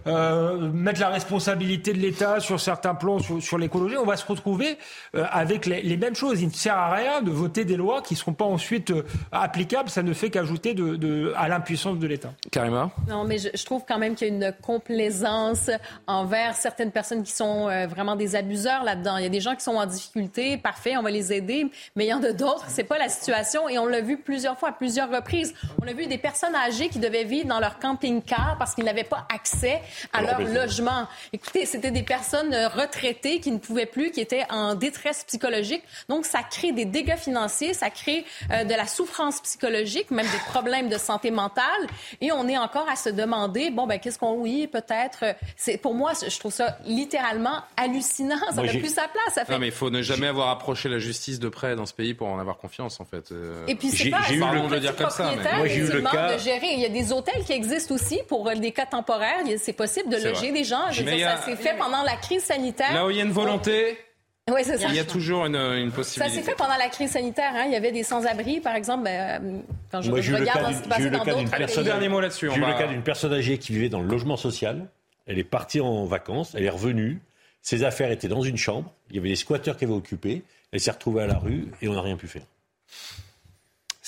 mettre la responsabilité de l'État sur certains plans sur l'écologie. On va se retrouver avec les mêmes choses. Il ne sert à rien de voter des lois qui ne seront pas ensuite applicables. Ça ne fait qu'ajouter à l'impuissance de l'État. Karima ? Non, mais je trouve quand même qu'il y a une complaisance envers certaines personnes qui sont vraiment des abuseurs là-dedans. Il y a des gens qui sont en difficulté, parfait, on va les aider, mais il y en a d'autres, c'est pas la situation et on l'a vu plusieurs fois, à plusieurs reprises. On a vu des personnes âgées qui devaient vivre dans leur camping-car parce qu'ils n'avaient pas accès à leur logement. Écoutez, c'était des personnes retraitées qui ne pouvaient plus, qui étaient en détresse psychologique. Donc, ça crée des dégâts financiers, ça crée de la souffrance psychologique, même des problèmes de santé mentale. Et on est encore à se demander, qu'est-ce qu'on... Oui, peut-être... Pour moi, je trouve ça littéralement hallucinant. Ça n'a plus sa place. Non, mais il faut ne jamais avoir approché la justice de près dans ce pays pour en avoir confiance, en fait. Et puis, c'est pas... Pardon de le dire comme ça, mais... Moi, j'ai eu le cas... de gérer. Il y a des hôtels qui existent aussi pour des cas temporaires. C'est possible de loger des gens. Ça s'est fait pendant la crise sanitaire. Là où il y a une volonté... Oui, c'est ça. Il y a toujours une possibilité. Ça s'est fait pendant la crise sanitaire. Il y avait des sans-abri, par exemple. Quand je regarde ce qui passait dans d'autres pays. Dernier mot là-dessus. J'ai eu le cas d'une personne âgée qui vivait dans le logement social. Elle est partie en vacances. Elle est revenue. Ses affaires étaient dans une chambre. Il y avait des squatteurs qui avaient occupé. Elle s'est retrouvée à la rue et on n'a rien pu faire.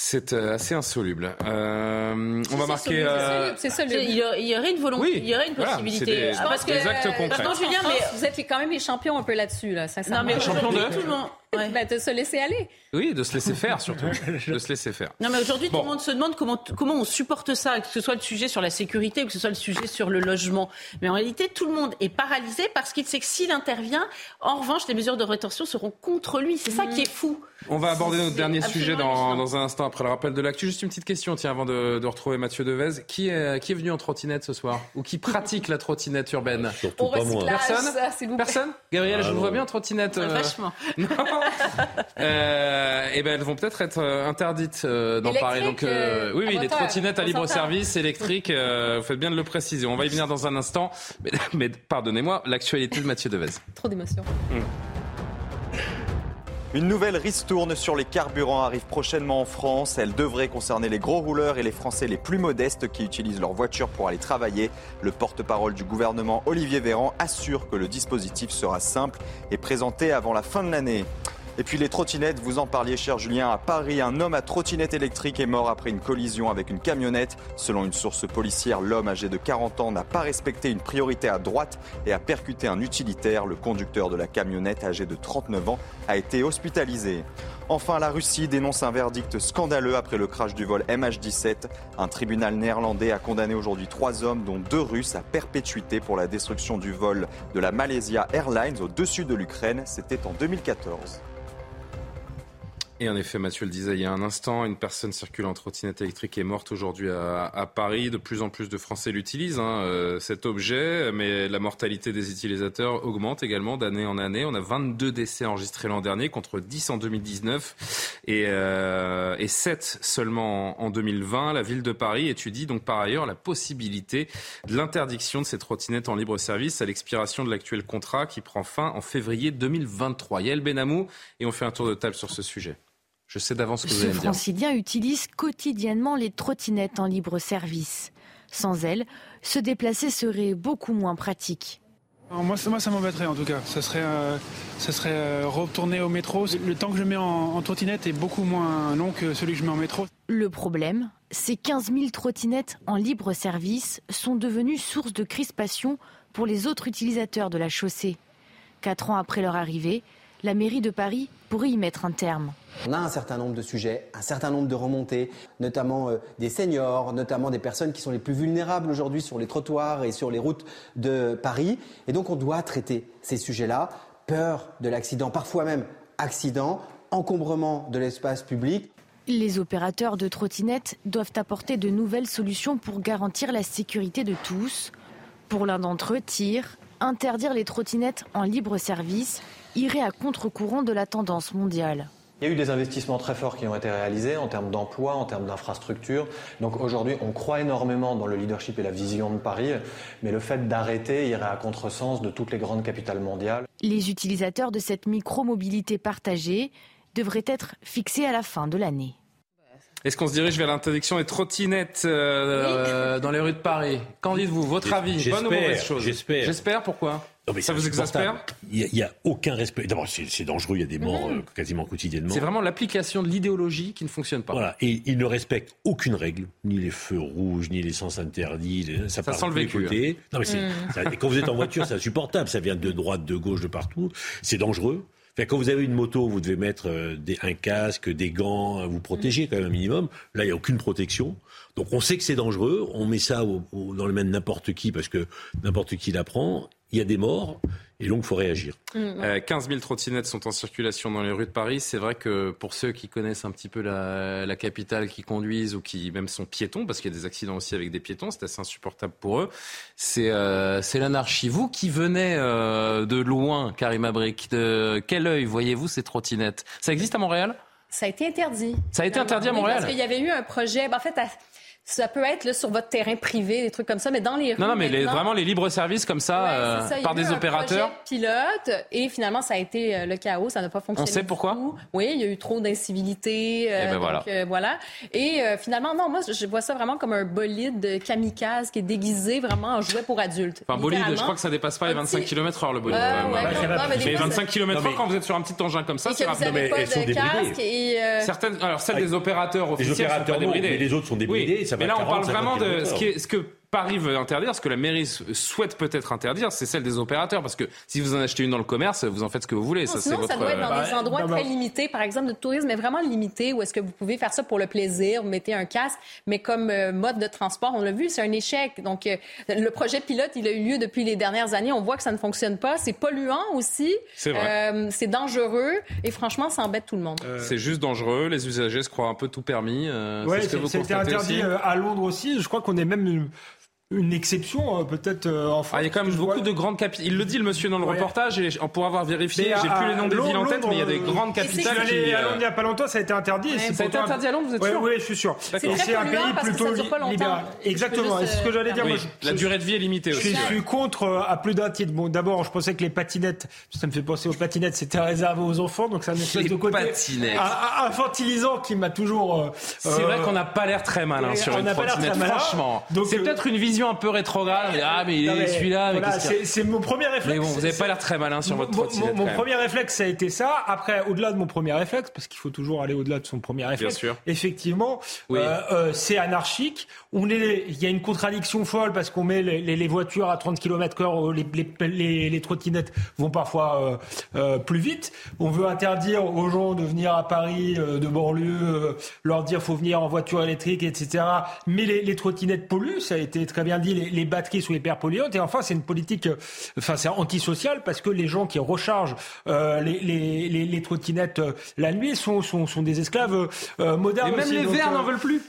C'est assez insoluble. On va marquer. C'est soluble. Il y aurait une volonté, il y aurait une possibilité. Je pense que des actes concrets. Pardon, Julien, mais vous êtes quand même les champions un peu là-dessus, là. Non, mais champion de tout le monde. Ouais. De se laisser aller. Oui, de se laisser faire surtout. De se laisser faire. Non, mais aujourd'hui, tout le monde se demande comment on supporte ça, que ce soit le sujet sur la sécurité ou que ce soit le sujet sur le logement. Mais en réalité, tout le monde est paralysé parce qu'il sait que s'il intervient, en revanche, les mesures de rétorsion seront contre lui. C'est ça qui est fou. On va aborder notre dernier sujet dans un instant après le rappel de l'actu. Juste une petite question, tiens, avant de retrouver Mathieu Devez. Qui est venu en trottinette ce soir? Ou qui pratique la trottinette urbaine? Surtout pas moi. Personne Gabriel, je vous vois bien en trottinette. Vachement. Non. Elles vont peut-être être interdites dans Paris. Donc, oui, les trottinettes à libre service électrique, vous faites bien de le préciser. On va y venir dans un instant. Mais pardonnez-moi, l'actualité de Mathieu Devez. Trop d'émotions. Une nouvelle ristourne sur les carburants arrive prochainement en France. Elle devrait concerner les gros rouleurs et les Français les plus modestes qui utilisent leur voiture pour aller travailler. Le porte-parole du gouvernement, Olivier Véran, assure que le dispositif sera simple et présenté avant la fin de l'année. Et puis les trottinettes, vous en parliez cher Julien, à Paris, un homme à trottinette électrique est mort après une collision avec une camionnette. Selon une source policière, l'homme âgé de 40 ans n'a pas respecté une priorité à droite et a percuté un utilitaire. Le conducteur de la camionnette, âgé de 39 ans, a été hospitalisé. Enfin, la Russie dénonce un verdict scandaleux après le crash du vol MH17. Un tribunal néerlandais a condamné aujourd'hui 3 hommes, dont 2 Russes, à perpétuité pour la destruction du vol de la Malaysia Airlines au-dessus de l'Ukraine. C'était en 2014. Et en effet, Mathieu le disait il y a un instant, une personne circulant en trottinette électrique est morte aujourd'hui à Paris. De plus en plus de Français l'utilisent, cet objet, mais la mortalité des utilisateurs augmente également d'année en année. On a 22 décès enregistrés l'an dernier contre 10 en 2019 et 7 seulement en 2020. La ville de Paris étudie donc par ailleurs la possibilité de l'interdiction de ces trottinettes en libre service à l'expiration de l'actuel contrat qui prend fin en février 2023. Yael Benamou, et on fait un tour de table sur ce sujet. Je sais d'avance ce que vous allez me dire. Ce francilien utilise quotidiennement les trottinettes en libre service. Sans elles, se déplacer serait beaucoup moins pratique. Alors moi, ça m'embêterait en tout cas. Ça serait retourner au métro. Le temps que je mets en trottinette est beaucoup moins long que celui que je mets en métro. Le problème, ces 15 000 trottinettes en libre service sont devenues source de crispation pour les autres utilisateurs de la chaussée. 4 ans après leur arrivée, la mairie de Paris pourrait y mettre un terme. On a un certain nombre de sujets, un certain nombre de remontées, notamment des seniors, notamment des personnes qui sont les plus vulnérables aujourd'hui sur les trottoirs et sur les routes de Paris. Et donc on doit traiter ces sujets-là. Peur de l'accident, parfois même accident, encombrement de l'espace public. Les opérateurs de trottinettes doivent apporter de nouvelles solutions pour garantir la sécurité de tous. Pour l'un d'entre eux, interdire les trottinettes en libre service irait à contre-courant de la tendance mondiale. Il y a eu des investissements très forts qui ont été réalisés en termes d'emploi, en termes d'infrastructures. Donc aujourd'hui, on croit énormément dans le leadership et la vision de Paris, mais le fait d'arrêter irait à contresens de toutes les grandes capitales mondiales. Les utilisateurs de cette micro-mobilité partagée devraient être fixés à la fin de l'année. Est-ce qu'on se dirige vers l'interdiction des trottinettes dans les rues de Paris? Qu'en dites-vous? Votre avis? Bonne ou mauvaise chose? J'espère, pourquoi? Non, mais ça vous exaspère? Il n'y a aucun respect. D'abord, c'est dangereux, il y a des morts quasiment quotidiennement. C'est vraiment l'application de l'idéologie qui ne fonctionne pas. Voilà, et ils ne respectent aucune règle, ni les feux rouges, ni les sens interdits. Ça sent le vécu. Non, mais quand vous êtes en voiture, c'est insupportable. Ça vient de droite, de gauche, de partout. C'est dangereux. Quand vous avez une moto, vous devez mettre un casque, des gants, vous protéger quand même un minimum. Là, il n'y a aucune protection. Donc on sait que c'est dangereux. On met ça dans les mains de n'importe qui parce que n'importe qui la prend. Il y a des morts et donc il faut réagir. 15 000 trottinettes sont en circulation dans les rues de Paris. C'est vrai que pour ceux qui connaissent un petit peu la capitale, qui conduisent ou qui même sont piétons, parce qu'il y a des accidents aussi avec des piétons, c'est assez insupportable pour eux. C'est l'anarchie. Vous qui venez de loin, Karim Abrik, de quel œil voyez-vous ces trottinettes? Ça existe à Montréal? Ça a été interdit. Ça a été interdit à Montréal? Parce qu'il y avait eu un projet... En fait, Ça peut être là, sur votre terrain privé, des trucs comme ça, mais dans les rues... Non, mais vraiment les libres-services comme ça, par des opérateurs. Il y a eu un projet pilote et finalement, ça a été le chaos, ça n'a pas fonctionné. On sait pourquoi? Oui, il y a eu trop d'incivilité. Voilà. Et finalement, non, moi, je vois ça vraiment comme un bolide kamikaze qui est déguisé vraiment en jouet pour adultes. Enfin, bolide, je crois que ça dépasse pas les 25 km/h, le bolide. Mais 25 km/h, quand vous êtes sur un petit engin comme ça, c'est rapide. Mais elles sont débridées. Certaines, alors celles des opérateurs officiels sont pas débridées. Mais les autres sont débridés. Mais là, on parle vraiment de ce que Paris veut interdire, ce que la mairie souhaite peut-être interdire, c'est celle des opérateurs. Parce que si vous en achetez une dans le commerce, vous en faites ce que vous voulez. Ça doit être dans des endroits très limités, par exemple de tourisme, mais vraiment limités, où est-ce que vous pouvez faire ça pour le plaisir, vous mettez un casque, mais comme mode de transport, on l'a vu, c'est un échec. Donc, le projet pilote, il a eu lieu depuis les dernières années. On voit que ça ne fonctionne pas. C'est polluant aussi. C'est vrai. C'est dangereux. Et franchement, ça embête tout le monde. C'est juste dangereux. Les usagers se croient un peu tout permis. C'était interdit à Londres aussi. Je crois qu'on est même... une exception peut-être en France. Il y a quand même beaucoup de grandes capitales. Il le dit le monsieur dans le reportage, et pour avoir vérifié, j'ai plus les noms des villes en tête, mais il y a des grandes capitales qui... À Londres, il n'y a pas longtemps, ça a été interdit. Ça a été interdit à Londres, vous êtes sûr? Oui, je suis sûr. C'est un pays plutôt libéral. Exactement, c'est ce que j'allais dire. La durée de vie est limitée aussi. Je suis contre à plus d'un titre. Bon, d'abord, je pensais que les patinettes, ça me fait penser aux patinettes, c'était réservé aux enfants, donc ça a une espèce de côté infantilisant qui m'a toujours... C'est vrai qu'on n'a pas l'air très malin sur une trottinette, franchement. C'est peut-être une vision un peu rétrograde, mais celui-là, voilà, c'est mon premier réflexe. Mais bon, vous n'avez pas l'air très malin sur votre trottinette. Mon premier réflexe, ça a été ça. Après, au-delà de mon premier réflexe, parce qu'il faut toujours aller au-delà de son premier réflexe. Bien sûr. Effectivement, c'est anarchique. Il y a une contradiction folle parce qu'on met les voitures à 30 km/h, les trottinettes vont parfois plus vite. On veut interdire aux gens de venir à Paris, de banlieue, leur dire faut venir en voiture électrique, etc. Mais les trottinettes polluent, ça a été très bien dit. Les batteries sont hyper polluantes. Et enfin, c'est une politique, c'est antisocial parce que les gens qui rechargent les trottinettes la nuit sont des esclaves modernes. Et même les verts n'en veulent plus.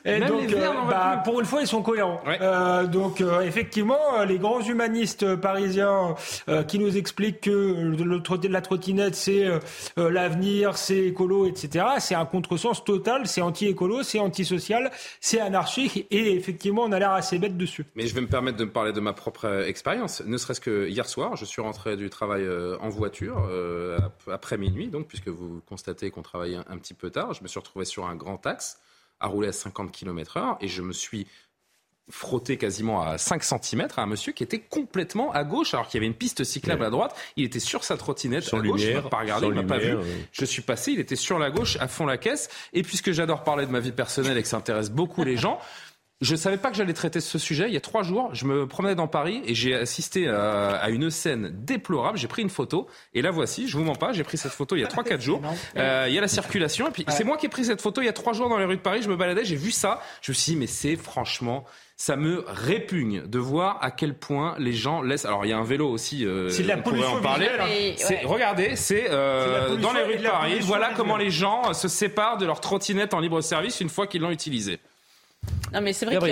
Pour une fois, ils sont cohérents. Ouais. Effectivement, les grands humanistes parisiens qui nous expliquent que la trottinette, c'est l'avenir, c'est écolo, etc. C'est un contresens total. C'est anti-écolo, c'est antisocial, c'est anarchique. Et effectivement, on a l'air assez bête dessus. Mais je vais me permettre de me parler de ma propre expérience. Ne serait-ce que hier soir, je suis rentré du travail en voiture après minuit, donc puisque vous constatez qu'on travaillait un petit peu tard. Je me suis retrouvé sur un grand axe à rouler à 50 km/h et je me suis frotté quasiment à 5 cm à un monsieur qui était complètement à gauche alors qu'il y avait une piste cyclable à droite. Il était sur sa trottinette à gauche, il m'a pas regardé, il m'a pas vu. Je suis passé, il était sur la gauche à fond la caisse. Et puisque j'adore parler de ma vie personnelle et que ça intéresse beaucoup les gens, je ne savais pas que j'allais traiter ce sujet. Il y a 3 jours, je me promenais dans Paris et j'ai assisté à une scène déplorable. J'ai pris une photo et la voici, je vous mens pas, j'ai pris cette photo il y a 3-4 jours. Il y a la circulation et puis c'est moi qui ai pris cette photo il y a 3 jours dans les rues de Paris. Je me baladais, j'ai vu ça. Je me suis dit, mais c'est franchement... Ça me répugne de voir à quel point les gens laissent... Alors, il y a un vélo aussi, c'est de la pollution en parler. Regardez, c'est dans les rues de Paris. Voilà comment les gens se séparent de leur trottinette en libre service une fois qu'ils l'ont utilisée. Non, mais c'est vrai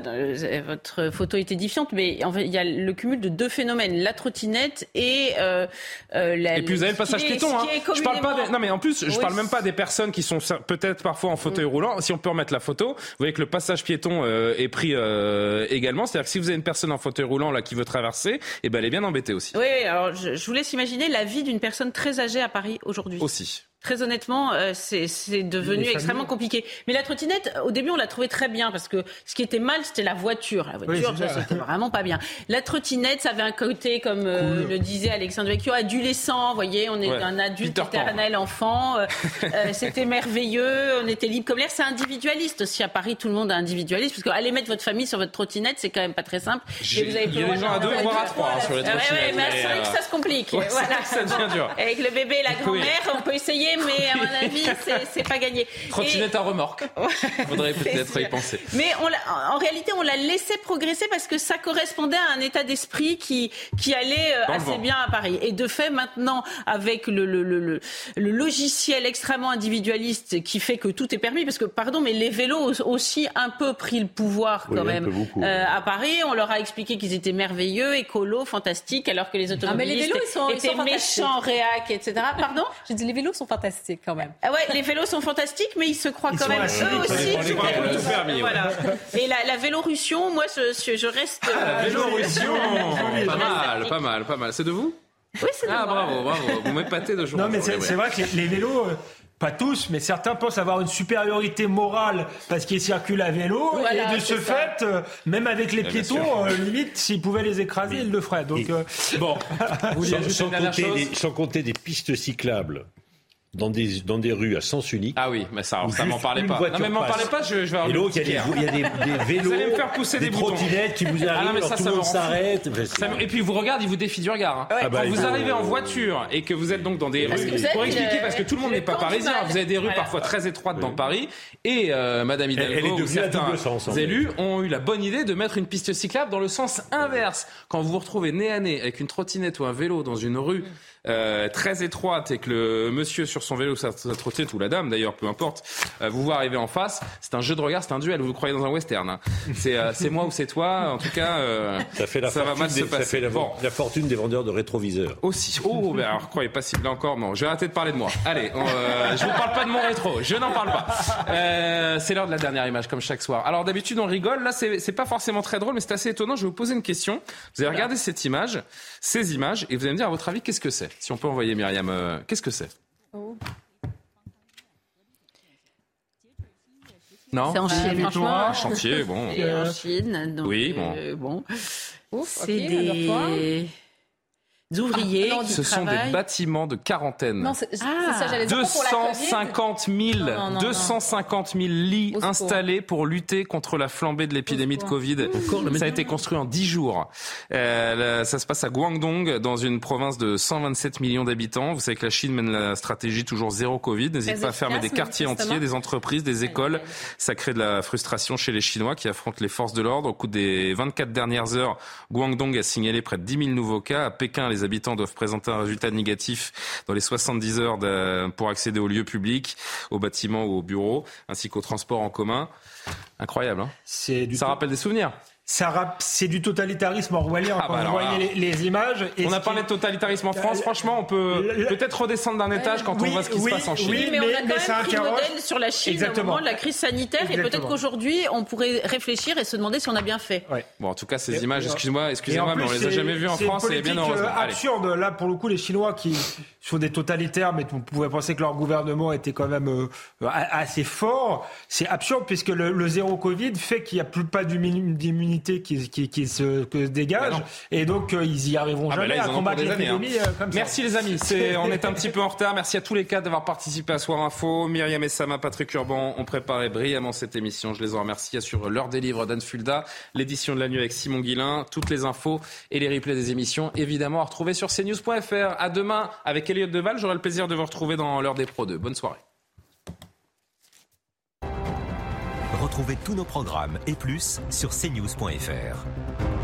votre photo est édifiante, mais en fait, il y a le cumul de 2 phénomènes, la trottinette et et puis vous avez le passage piéton. Je parle pas non, mais en plus, je parle même pas des personnes qui sont peut-être parfois en fauteuil roulant. Si on peut remettre la photo, vous voyez que le passage piéton est pris également. C'est-à-dire que si vous avez une personne en fauteuil roulant là qui veut traverser, elle est bien embêtée aussi. Oui, alors je vous laisse imaginer la vie d'une personne très âgée à Paris aujourd'hui. Aussi. Très honnêtement, c'est devenu extrêmement compliqué. Mais la trottinette, au début, on l'a trouvée très bien parce que ce qui était mal, c'était la voiture. La voiture, ça, c'était vraiment pas bien. La trottinette, ça avait un côté, comme le disait Alexandre Vecchio, adolescent. Vous voyez, on est un adulte éternel enfant. C'était merveilleux. On était libre comme l'air. C'est individualiste aussi. À Paris, tout le monde est individualiste parce qu'aller mettre votre famille sur votre trottinette, c'est quand même pas très simple. Il y a des gens à 2 voire à 3 sur les trottinettes. Mais c'est vrai que ça se complique. Ouais, voilà. Ça devient dur. Avec le bébé et la grand-mère, on peut essayer. Mais à mon avis, c'est pas gagné. Trottinette à remorque. Faudrait peut-être y penser. Mais en réalité, on l'a laissé progresser parce que ça correspondait à un état d'esprit qui allait assez bien à Paris. Et de fait, maintenant, avec le logiciel extrêmement individualiste qui fait que tout est permis, parce que, pardon, mais les vélos ont aussi un peu pris le pouvoir quand même à Paris. On leur a expliqué qu'ils étaient merveilleux, écolos, fantastiques, alors que les automobilistes étaient méchants, réac, etc. Pardon ? J'ai dit les vélos sont fantastiques. fantastique quand même. Ah ouais, les vélos sont fantastiques, mais ils se croient quand même eux aussi. Voilà. Et la Vélorussion, moi, je reste. La Vélorussion, pas mal. C'est de vous? Oui, c'est de moi. Bravo. Vous m'épatez de jour. Non, mais c'est vrai que les vélos. Pas tous, mais certains pensent avoir une supériorité morale parce qu'ils circulent à vélo. Voilà, et de ce fait, même avec les piétons, limite, s'ils pouvaient les écraser, ils le feraient. Donc, bon, sans compter des pistes cyclables. Dans des rues à sens unique. Ah oui, mais ça m'en parlait pas. Non, mais m'en parlez pas, je vais avoir. Et donc, il y a des vélos, vous allez me faire pousser des trottinettes qui vous arrivent, alors tout le monde s'arrête. Et puis, il vous regarde, il vous défie du regard. Quand vous arrivez en voiture et que vous êtes donc dans des rues, pour expliquer, parce que tout le monde n'est pas parisien, vous avez des rues parfois très étroites dans Paris, et Madame Hidalgo ou certains élus ont eu la bonne idée de mettre une piste cyclable dans le sens inverse. Quand vous vous retrouvez nez à nez avec une trottinette ou un vélo dans une rue très étroite et que le monsieur sur son vélo, sa trottinette ou la dame d'ailleurs, peu importe, vous voit arriver en face, c'est un jeu de regard, c'est un duel, vous croyez dans un western. Hein. C'est moi ou c'est toi, en tout cas, ça va mal se passer. Ça fait la fortune des vendeurs de rétroviseurs. Aussi. Alors croyez pas si là encore, non, je vais arrêter de parler de moi. Allez, je vous parle pas de mon rétro, je n'en parle pas. C'est l'heure de la dernière image, comme chaque soir. Alors d'habitude on rigole, là c'est pas forcément très drôle, mais c'est assez étonnant. Je vais vous poser une question. Vous allez regarder ces images, et vous allez me dire à votre avis qu'est-ce que c'est. Si on peut envoyer Myriam, qu'est-ce que c'est? Non. C'est en Chine, franchement. Chantier, bon. Et en Chine, donc. Oui, bon. C'est des ouvriers qui ce sont des bâtiments de quarantaine. Non, c'est ça, j'allais dire. 250 000 lits installés pour lutter contre la flambée de l'épidémie de Covid. Ça a été construit en 10 jours. Ça se passe à Guangdong, dans une province de 127 millions d'habitants. Vous savez que la Chine mène la stratégie toujours zéro Covid. N'hésite pas à fermer des quartiers entiers, des entreprises, des écoles. Ça crée de la frustration chez les Chinois qui affrontent les forces de l'ordre. Au cours des 24 dernières heures, Guangdong a signalé près de 10 000 nouveaux cas. À Pékin, les habitants doivent présenter un résultat négatif dans les 70 heures pour accéder aux lieux publics, aux bâtiments ou aux bureaux, ainsi qu'aux transports en commun. Incroyable, hein? Ça rappelle des souvenirs. C'est du totalitarisme orwellien quand vous voyez les images. On a parlé de totalitarisme en France. Franchement, on peut peut-être redescendre d'un étage quand on voit ce qui se passe en Chine. Oui, mais on a quand même pris modèle sur la Chine au moment de la crise sanitaire. Et peut-être qu'aujourd'hui, on pourrait réfléchir et se demander si on a bien fait. Ouais. Bon, en tout cas, ces images, excusez-moi, mais on les a jamais vues en France et bien heureusement. C'est absurde. Là, pour le coup, les Chinois qui sont des totalitaires, mais on pouvait penser que leur gouvernement était quand même assez fort. C'est absurde puisque le zéro Covid fait qu'il n'y a plus pas d'immunité qui se dégage, et donc ils y arriveront jamais à combattre l'épidémie comme ça. Merci les amis, on est un petit peu en retard. Merci à tous les quatre d'avoir participé à Soir Info. Myriam Essama, Patrick Urban ont préparé brillamment cette émission. Je les en remercie. Sur l'heure des livres d'Anne Fulda, l'édition de la nuit avec Simon Guillain, toutes les infos et les replays des émissions, évidemment à retrouver sur cnews.fr. À demain avec Elliott Deval. J'aurai le plaisir de vous retrouver dans l'heure des Pro 2. Bonne soirée. Retrouvez tous nos programmes et plus sur cnews.fr.